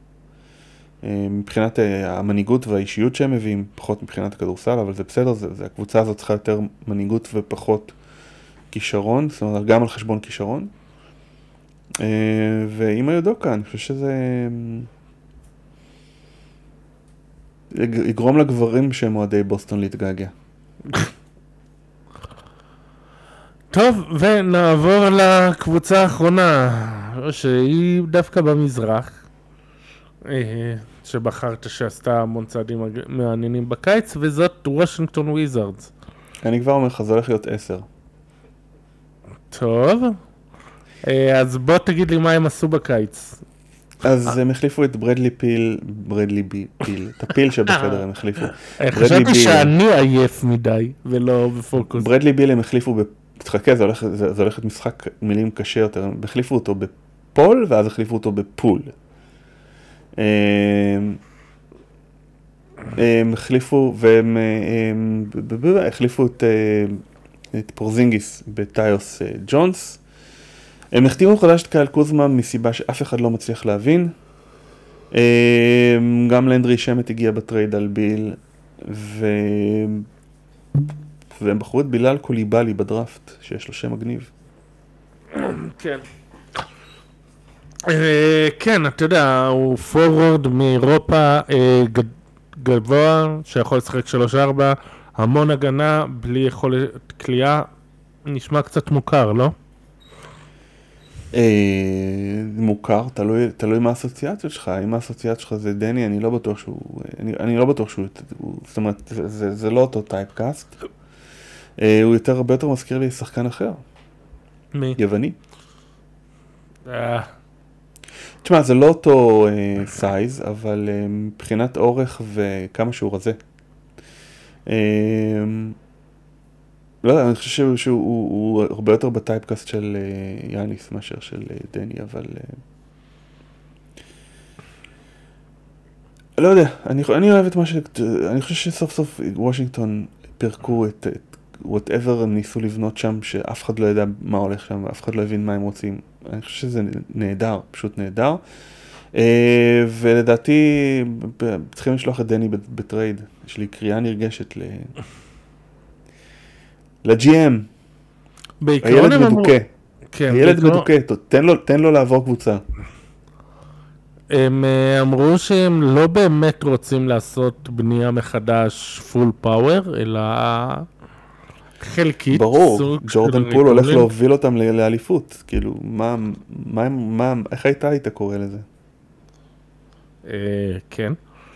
S2: מבחינת המנהיגות והאישיות שהם מביאים, פחות מבחינת הכדורסל, אבל זה בסדר, הקבוצה הזאת צריכה יותר מנהיגות ופחות כישרון, זאת אומרת, גם על חשבון כישרון. ועם היודוקה, אני חושב שזה יגרום לגברים שהם אוהדי בוסטון להתגעגע.
S1: טוב, ונעבור לקבוצה האחרונה, שהיא דווקא במזרח, שבחרת שעשתה המון צעדים מעניינים בקיץ, וזאת וושינגטון וויזארדס.
S2: אני כבר אומר לך, זה הולך להיות 10.
S1: טוב, אז בוא תגיד לי מה הם עשו בקיץ.
S2: אז הם החליפו את ברדלי פיל, את הפיל שבחדר הם החליפו.
S1: חשבתי שאני עייף מדי ולא בפוקוס.
S2: ברדלי ביל הם החליפו, תחכה, זה הולך להיות משחק מילים קשה יותר, הם החליפו אותו בפול ואז החליפו אותו בפול. הם החליפו והם החליפו את פורזינגיס בטיוס ג'ונס. הם החתימו חדש את קייל קוזמה מסיבה שאף אחד לא מצליח להבין. גם לנדרי שמט הגיע בטרייד על ביל, והם בחרו את בילאל קוליבאלי בדראפט, שיש לו שם מגניב.
S1: כן. כן, אתה יודע, הוא פורוורד מאירופה גבוה, שיכול לשחק 3-4, המון הגנה, בלי יכולת קליעה, נשמע קצת מוכר, לא?
S2: מוכר, תלוי מה האסוציאציות שלך. אם האסוציאציות שלך זה דני, אני לא בטוח שהוא, זאת אומרת, זה לא אותו טייפקאסט. הוא הרבה יותר מזכיר לי שחקן אחר.
S1: מי?
S2: יווני. תשמע, זה לא אותו סייז, אבל מבחינת אורך וכמה שהוא רזה. לא יודע, אני חושב שהוא הרבה יותר בטייפקאסט של יאניס מאשר של דני, אבל לא יודע, אני אוהב את מה אני חושב שסוף סוף וושינגטון פרקו את whatever הם ניסו לבנות שם, שאף אחד לא ידע מה הולך שם, ואף אחד לא הבין מה הם רוצים. אני חושב שזה נהדר, פשוט נהדר. ולדעתי צריכים לשלוח את דני בטרייד. יש לי קריאה נרגשת ל-GM. הילד מדוכא. הילד מדוכא, תן לו לעבור קבוצה.
S1: הם אמרו שהם לא באמת רוצים לעשות בנייה מחדש פול פאוור, אלא חלקית.
S2: ברור, ג'ורדן פול הולך להוביל אותם לאליפות. כאילו, איך היית קורא לזה?
S1: כן.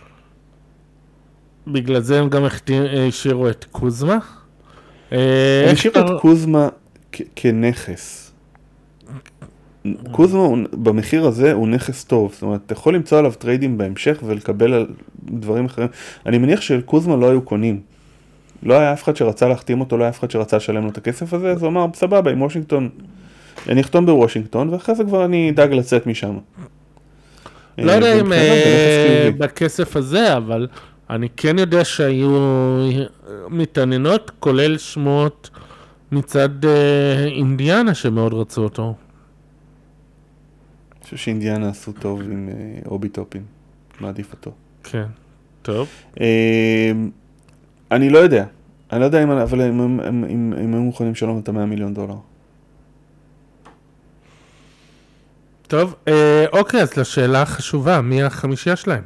S1: בגלל זה הם גם השאירו את קוזמה.
S2: הם השאירו את קוזמה כנכס. קוזמה במחיר הזה הוא נכס טוב, זאת אומרת, אתה יכול למצוא עליו טריידים בהמשך ולקבל על דברים אחרים. אני מניח שקוזמה לא היו קונים. לא היה אף אחד שרצה להחתים אותו, לא היה אף אחד שרצה לשלם לו את הכסף הזה, אז הוא אמר, סבבה, עם וושינגטון, אני אחתום בוושינגטון, ואחרי זה כבר אני אדאג לצאת משם.
S1: לא יודע אם בכסף הזה, אבל אני כן יודע שהיו מתעניינות, כולל שמות מצד אינדיאנה שמאוד רצו אותו.
S2: אני חושב שאינדיאנה עשו טוב עם אובי טופין, מעדיף אותו.
S1: כן, טוב.
S2: אני לא יודע, אבל אם הם מוכנים שלום את $100 מיליון.
S1: טוב, אוקיי, אז לשאלה החשובה, מי החמישייה שלהם?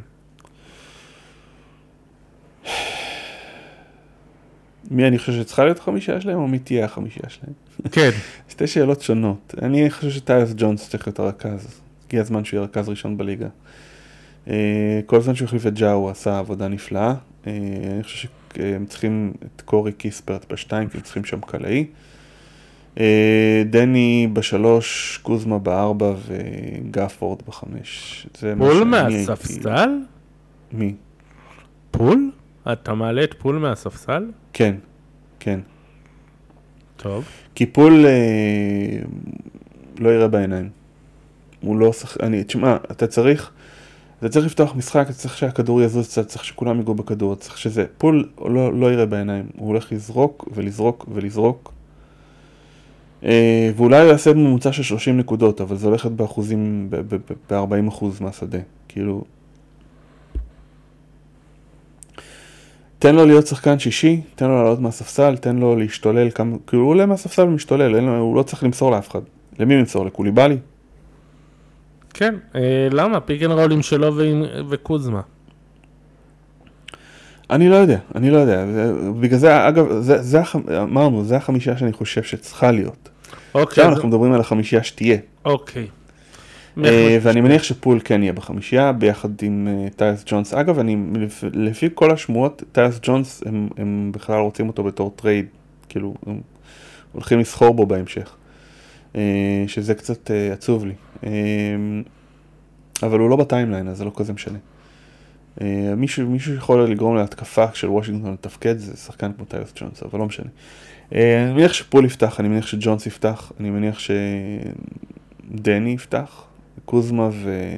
S2: מי אני חושב שצריכה להיות החמישייה שלהם, או מי תהיה החמישייה שלהם?
S1: כן.
S2: שתי שאלות שונות. אני חושב שטייס ג'ונס צריך להיות הרכז. הגיע הזמן שהוא יהיה רכז ראשון בליגה. כל הזמן שהוא החליף את ג'או, הוא עשה עבודה נפלאה. אני חושב שהם צריכים את קורי קיספרט בשתיים, כי הם צריכים שם קלעי. דני בשלוש, קוזמה בארבע וגפורד בחמש.
S1: פול מהספסל?
S2: מי?
S1: פול? אתה מעלה את פול מהספסל?
S2: כן, כן.
S1: טוב.
S2: כי פול לא יראה בעיניים. הוא לא תשמע, אתה צריך לפתוח משחק, אתה צריך שהכדור יזוז, אתה צריך שכולם ייגעו בכדור, אתה צריך שזה. פול לא יראה בעיניים. הוא הולך לזרוק ולזרוק ולזרוק. ואולי הוא יעשה בממוצע של 30 נקודות, אבל זה הולכת באחוזים, ב-40% מהשדה. כאילו, תן לו להיות שחקן שישי, תן לו לעלות מהספסל, תן לו להשתולל, כאילו הוא עולה מהספסל ומשתולל, הוא לא צריך למסור לאף אחד. למי למסור? לקוליבאלי?
S1: כן, למה? פיק אנד רולים שלו וקוזמה.
S2: אני לא יודע. בגלל זה, אגב, אמרנו, זה החמישייה שאני חושב שצריכה להיות. עכשיו אנחנו מדברים על החמישייה שתהיה.
S1: אוקיי.
S2: ואני מניח שפול כן יהיה בחמישייה, ביחד עם טייס ג'ונס. אגב, לפי כל השמועות, טייס ג'ונס, הם בכלל רוצים אותו בתור טרייד. כאילו, הם הולכים לסחור בו בהמשך. שזה קצת עצוב לי. אבל הוא לא בטיימליין, אז זה לא כזה משנה. מישהו שיכול לגרום להתקפה של וושינגטון לתפקד, זה שחקן כמו טייס ג'ונס, אבל לא משנה. אני מניח שפול יפתח, אני מניח שג'ונס יפתח, אני מניח שדני יפתח, קוזמה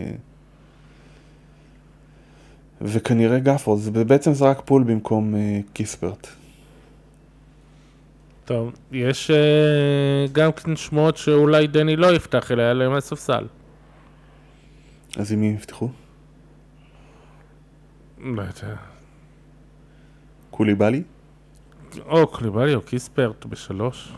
S2: וכנראה גפורד. בעצם זה רק פול במקום קיספרט.
S1: טוב, יש גם כן שמועות שאולי דני לא יפתח, אלא יעלה מהספסל.
S2: אז עם מי יפתחו?
S1: לא יודע.
S2: קוליבאלי?
S1: או קוליבאלי או קיספרט בשלוש.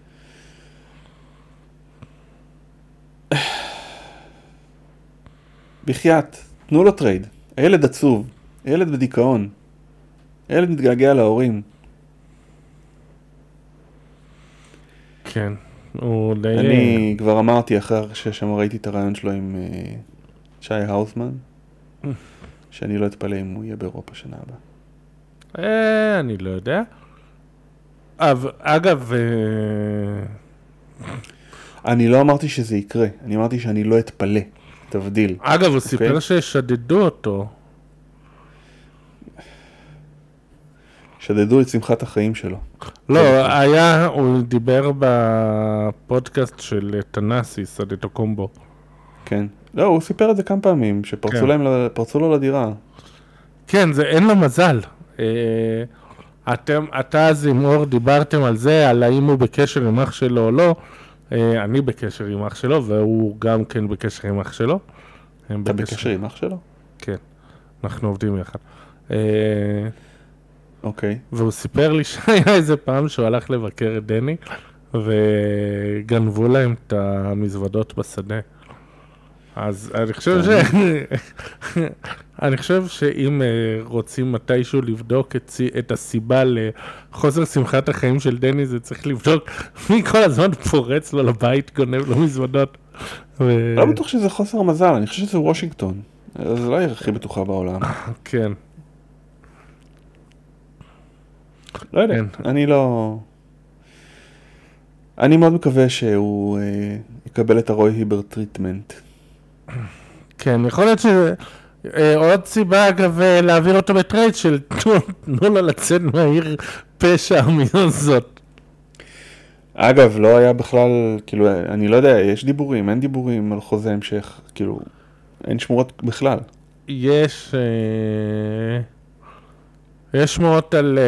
S2: בחייאת, תנו לו טרייד. הילד עצוב, הילד בדיכאון. הילד מתגעגע להורים.
S1: כן, הוא די...
S2: אני כבר אמרתי אחר ששם ראיתי את הרעיון שלו עם שי האוזמן, שאני לא אתפלא אם הוא יהיה באירופה שנה הבאה.
S1: אני לא יודע. אגב...
S2: אני לא אמרתי שזה יקרה, אני אמרתי שאני לא אתפלא. תבדיל.
S1: אגב, הוא סיפר ששדדו אותו.
S2: שדדו את שמחת החיים שלו.
S1: לא, הוא דיבר בפודקאסט של תנאסיס, אדטו קומבו.
S2: כן. לא, הוא סיפר את זה כמה פעמים, שפרצו לו לדירה.
S1: כן, אין לו מזל. אתה אז עם אור דיברתם על זה, על האם הוא בקשר עם אח שלו או לא. אני בקשר עם אח שלו, והוא גם כן בקשר עם אח שלו.
S2: אתה בקשר עם אח שלו?
S1: כן, אנחנו עובדים יחד.
S2: אוקיי.
S1: והוא סיפר לי שהיה איזה פעם שהוא הלך לבקר את דני, וגנבו להם את המזוודות בשדה. אז אני חושב שאם רוצים מתישהו לבדוק את הסיבה לחוסר שמחת החיים של דני, זה צריך לבדוק מי כל הזמן פורץ לו לבית, גונב לו מזוודות.
S2: לא בטוח שזה חוסר מזל, אני חושב שזה וושינגטון. זה לא יהיה הכי בטוחה בעולם.
S1: כן.
S2: לא יודע, אני מאוד מקווה שהוא יקבל את הרוי היבר טריטמנט.
S1: כן, יכול להיות עוד סיבה, אגב, להעביר אותו בטרייד של תנו לו לצאת מהעיר פשע הזאת.
S2: אגב, לא היה בכלל, כאילו, אני לא יודע, יש דיבורים, אין דיבורים על חוזה המשך, כאילו, אין שמועות בכלל.
S1: יש שמועות על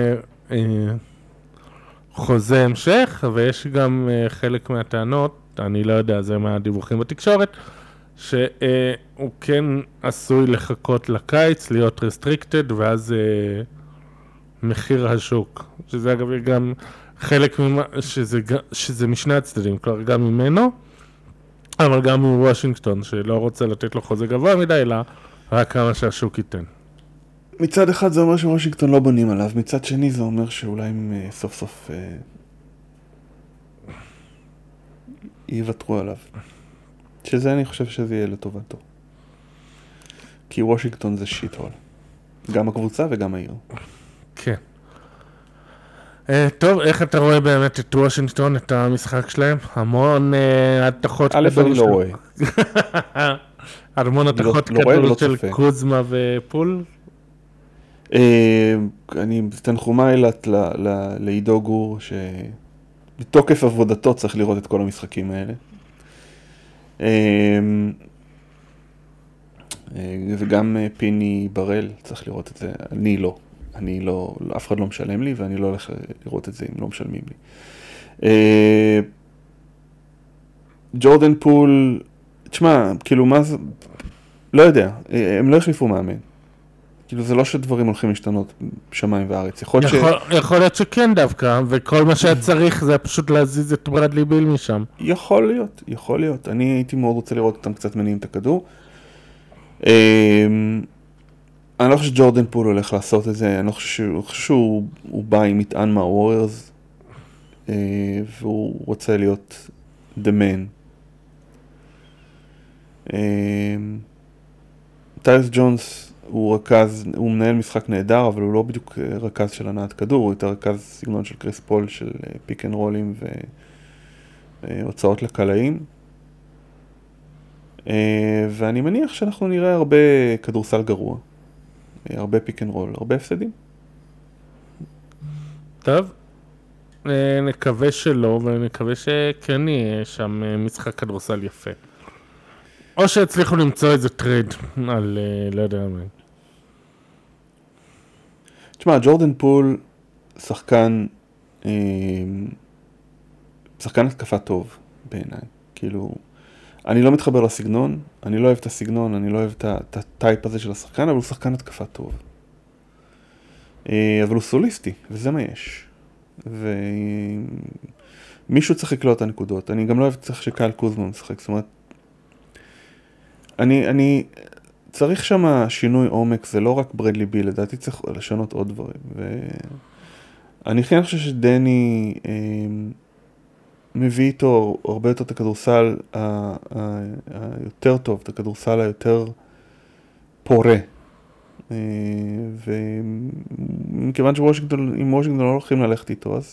S1: חוזה המשך, ויש גם חלק מהטענות, אני לא יודע, זה מהדיווחים בתקשורת, שהוא כן עשוי לחכות לקיץ, להיות restricted, ואז מחיר השוק. שזה אגב גם חלק ממה, שזה משני הצדדים, כלומר גם ממנו, אבל גם מוושינגטון, שלא רוצה לתת לו חוזה גבוה מדי, אלא רק כמה שהשוק ייתן.
S2: מצד אחד זה אומר שוושינגטון לא בונים עליו, מצד שני זה אומר שאולי הם סוף סוף יוותרו עליו. שזה אני חושב שזה יהיה לטובתו. כי וושינגטון זה שיט הול. גם הקבוצה וגם העיר.
S1: כן. טוב, איך אתה רואה באמת את וושינגטון, את המשחק שלהם? המון התחות
S2: א', אני לא רואה.
S1: המון התחות כדור של קוזמה ופול?
S2: אני תנחומיי לעידו גור, שבתוקף עבודתו צריך לראות את כל המשחקים האלה. וגם פיני ברל צריך לראות את זה. אני לא, אף אחד לא משלם לי, ואני לא הולך לראות את זה אם לא משלמים לי. ג'ורדן פול, תשמע, כאילו מה זה, לא יודע, הם לא החליפו מאמן. כאילו זה לא שדברים הולכים להשתנות שמיים וארץ.
S1: יכול להיות שכן דווקא, וכל מה שהיה צריך זה פשוט להזיז את ברדלי ביל משם.
S2: יכול להיות. אני הייתי מאוד רוצה לראות אותם קצת מניעים את הכדור. אני לא חושב שג'ורדן פול הולך לעשות את זה, אני לא חושב שהוא בא עם מטען מהווריירס, והוא רוצה להיות the man. טיירס ג'ונס הוא רכז, הוא מנהל משחק נהדר, אבל הוא לא בדיוק רכז של הנעת כדור, הוא יותר רכז סגנון של קריס פול, של פיק אנד רולים והוצאות לקלעים. ואני מניח שאנחנו נראה הרבה כדורסל גרוע. הרבה פיק אנד רול, הרבה הפסדים.
S1: טוב, נקווה שלא, ונקווה שכן יהיה שם משחק כדורסל יפה. או שהצליחו למצוא איזה טרייד על, לא יודע מה.
S2: תשמע, ג'ורדן פול שחקן התקפה טוב בעיניי. כאילו, אני לא מתחבר לסגנון, אני לא אוהב את הסגנון, אני לא אוהב את הטייפ הזה של השחקן, אבל הוא שחקן התקפה טוב. אבל הוא סוליסטי, וזה מה יש. ומישהו צריך לקלוט את הנקודות. אני גם לא אוהב צריך שקייל קוזמה משחק, זאת אומרת, אני צריך שם שינוי עומק, זה לא רק ברדלי ביל, לדעתי צריך לשנות עוד דברים. ואני כן חושב שדני מביא איתו הרבה יותר את הכדורסל היותר טוב, את הכדורסל היותר פורה. ומכיוון אם וושינגטון לא הולכים ללכת איתו, אז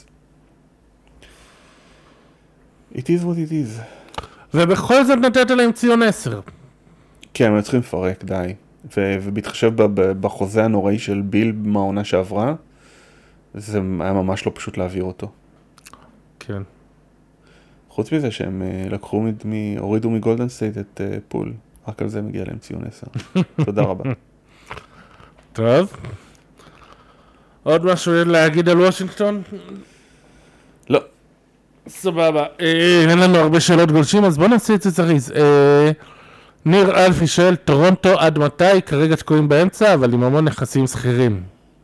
S2: it is what it is.
S1: ובכל זאת נתת להם ציון 10.
S2: כן, הם צריכים לפרק, די. ובהתחשב בחוזה הנוראי של ביל מהעונה שעברה, זה היה ממש לא פשוט להעביר אותו.
S1: כן.
S2: חוץ מזה שהם הורידו מגולדן סטייט את פול. רק על זה מגיע להם ציון 10. תודה רבה.
S1: טוב. עוד משהו להגיד על וושינגטון?
S2: לא.
S1: סבבה. אין לנו הרבה שאלות גולשים, אז בואו נעשה את זה זריז. ניר אלפי שואל, טורונטו עד מתי? כרגע תקועים באמצע, אבל עם המון נכסים שכירים.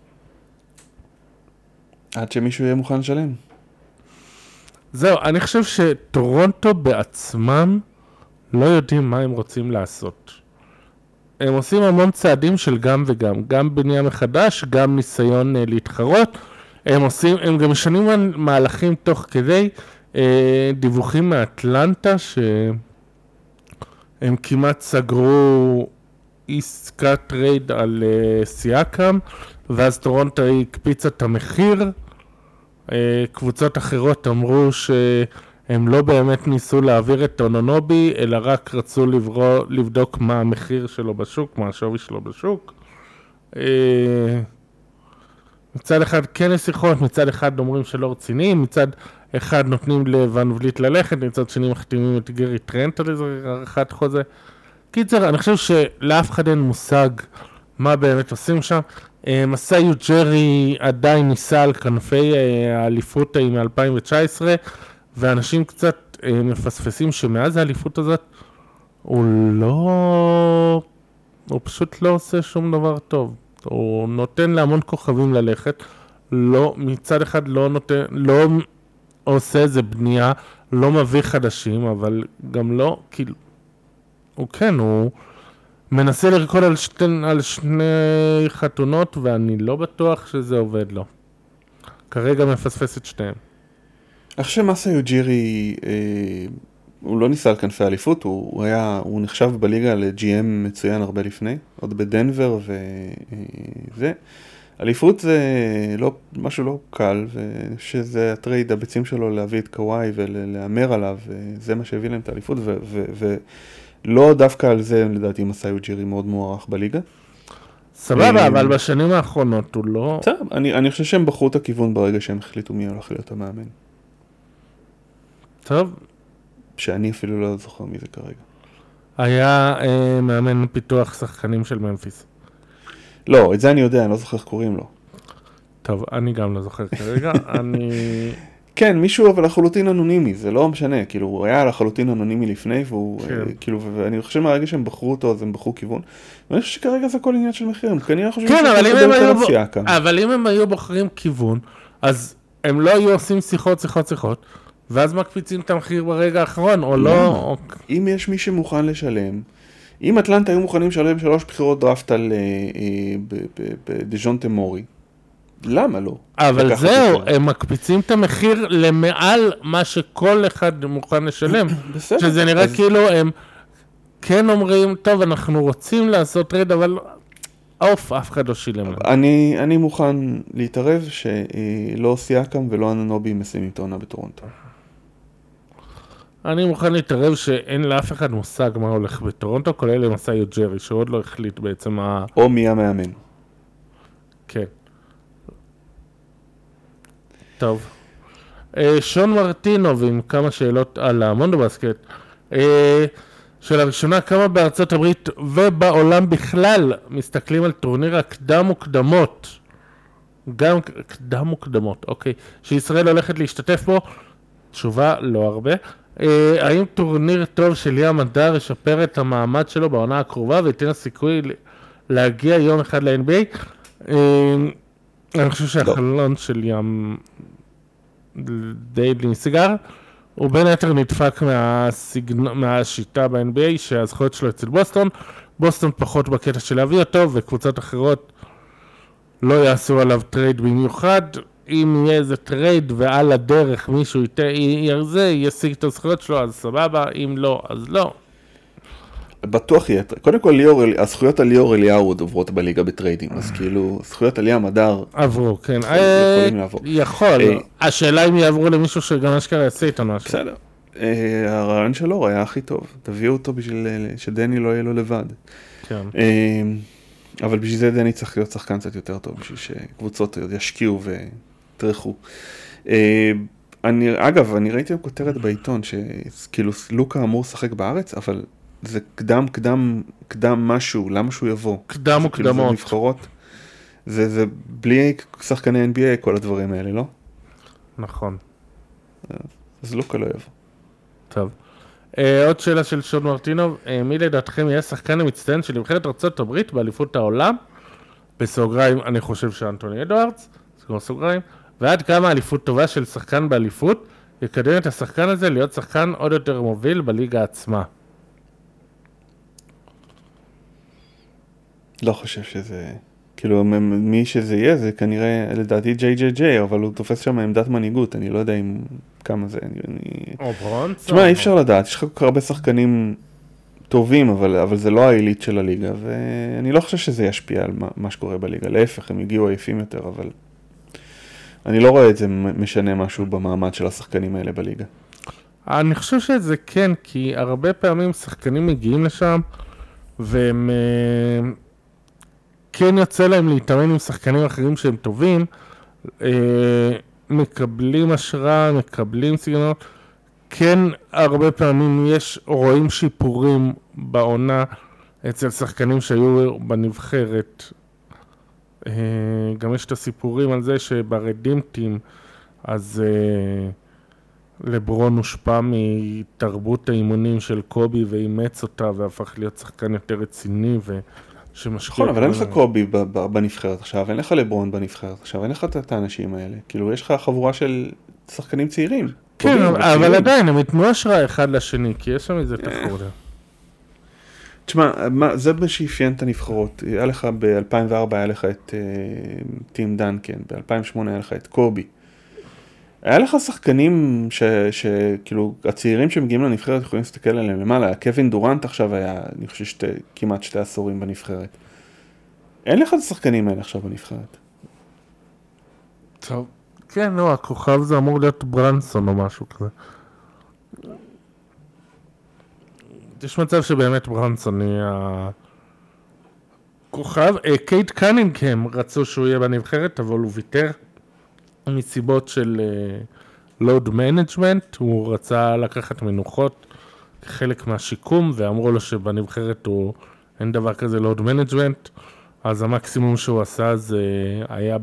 S2: עד שמישהו יהיה מוכן לשלם.
S1: זהו, אני חושב שטורונטו בעצמם לא יודעים מה הם רוצים לעשות. הם עושים המון צעדים של גם וגם, גם בנייה מחדש, גם ניסיון להתחרות. הם גם משנים מהלכים תוך כדי דיווחים מאטלנטה שהם כמעט סגרו עסקת טרייד על סייקם, ואז טורונטו הקפיצה את המחיר. קבוצות אחרות אמרו שהם לא באמת ניסו להעביר את אונונובי, אלא רק רצו לבדוק מה המחיר שלו בשוק, מה השווי שלו בשוק. מצד אחד כן שיחות, מצד אחד אומרים שלא רציניים, מצד אחד נותנים לוון וליט ללכת, מצד שני מחתימים את גרי טרנט על איזה ערכת חוזה. קיצר, אני חושב שלאף אחד אין מושג מה באמת עושים שם. מסאי ג'רי עדיין ניסה על כנפי האליפות ההיא מ-2019, ואנשים קצת מפספסים שמאז האליפות הזאת הוא פשוט לא עושה שום דבר טוב. הוא נותן להמון כוכבים ללכת, מצד אחד לא עושה איזה בנייה, לא מביא חדשים, אבל גם לא, כאילו, הוא מנסה לרקוד על שני חתונות, ואני לא בטוח שזה עובד לו. כרגע מפספס את שניהם.
S2: אני חושב שמסאי ג'ירי הוא לא ניסה על כנפי אליפות, הוא נחשב בליגה ל-GM מצוין הרבה לפני, עוד בדנבר וזה. אליפות זה לא, משהו לא קל, ושזה הטרייד, הביצים שלו להביא את קוואי ולאמר עליו, וזה מה שהביא להם את האליפות, ולא דווקא על זה, לדעתי, מסאי אוג'ירי מאוד מוערך בליגה.
S1: סבבה, אבל בשנים האחרונות הוא לא...
S2: בסדר, אני חושב שהם בחרו את הכיוון ברגע שהם החליטו מי הולך להיות המאמן.
S1: טוב.
S2: שאני אפילו לא זוכר מי זה כרגע.
S1: היה מאמן פיתוח שחקנים של ממפיס.
S2: לא, את זה אני יודע, אני לא זוכר איך קוראים לו.
S1: טוב, אני גם לא זוכר כרגע,
S2: כן, מישהו אבל לחלוטין אנונימי, זה לא משנה, כאילו הוא היה לחלוטין אנונימי לפני, והוא, כאילו, ואני חושב מהרגע שהם בחרו אותו, אז הם בחרו כיוון, ואני חושב שכרגע זה הכל עניין של מחירים, כנראה חושבים
S1: אבל אם הם היו בוחרים כיוון, אז הם לא היו עושים שיחות, ואז מקפיצים את המחיר ברגע האחרון, או לא...
S2: אם יש מי שמוכן לשלם, אם אטלנטה היו מוכנים לשלם 3 בחירות דראפט על דז'ונטה מורי, למה לא?
S1: אבל זהו, הם מקפיצים את המחיר למעל מה שכל אחד מוכן לשלם. בסדר. שזה נראה כאילו הם כן אומרים, טוב, אנחנו רוצים לעשות טרייד, אבל אף אחד לא שילם.
S2: אני מוכן להתערב שלא סייקם ולא אננובי מסיימים את העונה בטורונטו.
S1: אני מוכן להתערב שאין לאף אחד מושג מה הולך בטורונטו, כולל למסאי אוג'ירי, שעוד לא החליט בעצם
S2: או מי המאמן.
S1: כן. טוב. שון מרטינוב עם כמה שאלות על המונדו בסקט. שאלה ראשונה, כמה בארצות הברית ובעולם בכלל מסתכלים על טורניר הקדם מוקדמות? גם קדם מוקדמות, אוקיי. שישראל הולכת להשתתף בו? תשובה, לא הרבה. האם טורניר טוב של ים הדר ישפר את המעמד שלו בעונה הקרובה וייתן הסיכוי להגיע יום אחד ל-NBA? אני חושב שהחלון של ים די נסגר, הוא בין היתר נדפק מהשיטה ב-NBA שהזכויות שלו אצל בוסטון. בוסטון פחות בקטע של להביא אותו, וקבוצות אחרות לא יעשו עליו טרייד במיוחד. אם יהיה איזה טרייד ועל הדרך מישהו ישיג את הזכויות שלו, אז סבבה, אם לא, אז לא.
S2: בטוח יהיה. קודם כל, הזכויות על ליאור אליהו עוד עוברות בליגה בטריידים, אז כאילו, זכויות על ים הדר
S1: עברו, כן.
S2: יכולים לעבור.
S1: יכול. השאלה אם יעברו למישהו שגם אשכרה יעשה איתנו.
S2: בסדר. הרעיון שלו היה הכי טוב. תביאו אותו בשביל שדני לא יהיה לו לבד.
S1: כן.
S2: אבל בשביל זה דני צריך להיות שחקן קצת יותר טוב, בשביל שקבוצות ישקיעו וטרחו. אגב, אני ראיתי כותרת בעיתון, שכאילו לוקה אמור לשחק בארץ, אבל זה קדם משהו, למה שהוא יבוא?
S1: קדם וקדמות.
S2: זה נבחרות. זה בלי שחקני NBA, כל הדברים האלה, לא?
S1: נכון.
S2: אז לוקה לא יבוא.
S1: טוב. עוד שאלה של שון מרטינוב, מי לדעתכם יהיה שחקן המצטיין של נבחרת ארצות הברית באליפות העולם? בסוגריים, אני חושב שאנטוני אדוארדס, סגור סוגריים, ועד כמה אליפות טובה של שחקן באליפות יקדם את השחקן הזה להיות שחקן עוד יותר מוביל בליגה עצמה.
S2: לא חושב שזה, כאילו מי שזה יהיה זה כנראה לדעתי JJJ, אבל הוא תופס שם עמדת מנהיגות, אני לא יודע אם כמה זה,
S1: או ברונץ.
S2: תשמע, אי אפשר לדעת, יש לך הרבה שחקנים טובים, אבל זה לא העילית של הליגה, ואני לא חושב שזה ישפיע על מה שקורה בליגה, להפך, הם הגיעו עייפים יותר, אבל אני לא רואה את זה משנה משהו במעמד של השחקנים האלה בליגה.
S1: אני חושב שזה כן, כי הרבה פעמים שחקנים מגיעים לשם, והם כן יוצא להם להתאמן עם שחקנים אחרים שהם טובים, מקבלים השראה, מקבלים סגנונות, כן הרבה פעמים רואים שיפורים בעונה אצל שחקנים שהיו בנבחרת. גם יש את הסיפורים על זה שברדימטים, אז לברון הושפע מתרבות האימונים של קובי ואימץ אותה והפך להיות שחקן יותר רציני
S2: נכון, אבל אין לך קובי בנבחרת עכשיו, אין לך לברון בנבחרת עכשיו, אין לך את האנשים האלה. כאילו, יש לך חבורה של שחקנים צעירים.
S1: כן, אבל עדיין, הם יתנו השראה אחד לשני, כי יש שם איזה תחרות.
S2: תשמע, זה מה שאפיין את הנבחרות. היה לך ב-2004 היה לך את טים דנקן, ב-2008 היה לך את קובי. היה לך שחקנים שכאילו הצעירים שמגיעים לנבחרת יכולים להסתכל עליהם למעלה, קווין דורנט עכשיו היה, אני חושב כמעט 2 עשורים בנבחרת. אין לך את השחקנים האלה עכשיו בנבחרת.
S1: טוב. כן, לא, הכוכב זה אמור להיות ברנסון או משהו כזה. יש מצב שבאמת ברנסון יהיה הכוכב. קייט קנינגהם רצו שהוא יהיה בנבחרת, אבל הוא ויתר מסיבות של לואוד מנג'מנט. הוא רצה לקחת מנוחות כחלק מהשיקום, ואמרו לו שבנבחרת אין דבר כזה לואוד מנג'מנט. אז המקסימום שהוא עשה זה היה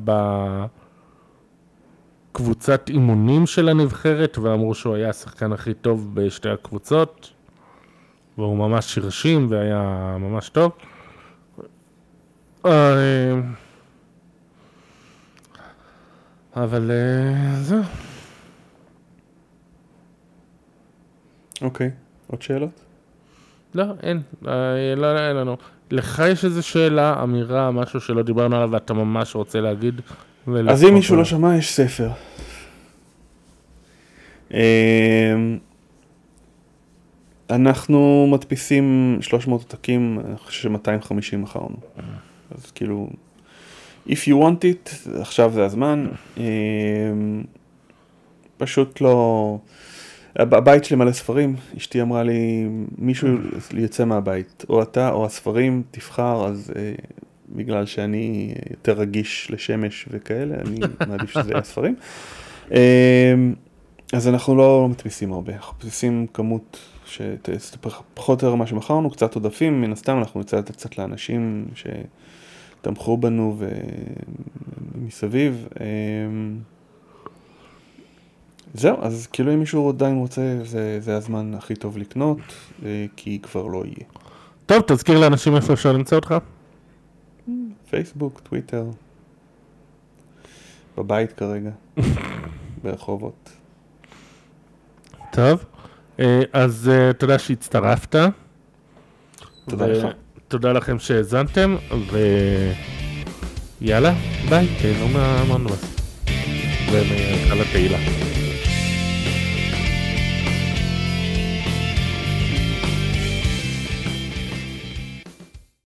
S1: קבוצת אימונים של הנבחרת, ואמרו שהוא היה השחקן הכי טוב בשתי הקבוצות, והוא ממש שרשים והיה ממש טוב. אבל זהו.
S2: אוקיי, עוד שאלות?
S1: לא, אין. אין לנו. לך יש איזו שאלה, אמירה, משהו שלא דיברנו עליו ואתה ממש רוצה להגיד?
S2: אז אם מישהו לא שמע, יש ספר. אנחנו מדפיסים 300 עותקים, אני חושב ש250 מכרנו. אז כאילו, if you want it, עכשיו זה הזמן. פשוט לא... הבית שלי מלא ספרים, אשתי אמרה לי, מישהו יצא מהבית, או אתה או הספרים, תבחר, אז בגלל שאני יותר רגיש לשמש וכאלה, אני מעדיף שזה יהיה הספרים. אז אנחנו לא מדפיסים הרבה, אנחנו מדפיסים כמות שפחות או יותר מה שמכרנו, קצת עודפים, מן הסתם אנחנו נצא לתת קצת לאנשים שתמכו בנו ומסביב. זהו, אז כאילו אם מישהו עדיין רוצה, זה הזמן הכי טוב לקנות, כי כבר לא יהיה.
S1: טוב, תזכיר לאנשים איפה אפשר למצוא אותך.
S2: פייסבוק, טוויטר, בבית כרגע, ברחובות.
S1: טוב, אז תודה שהצטרפת.
S2: תודה לך.
S1: תודה לכם שהאזנתם, ויאללה, ביי, תהנו מהמנוס. ומחל התהילה.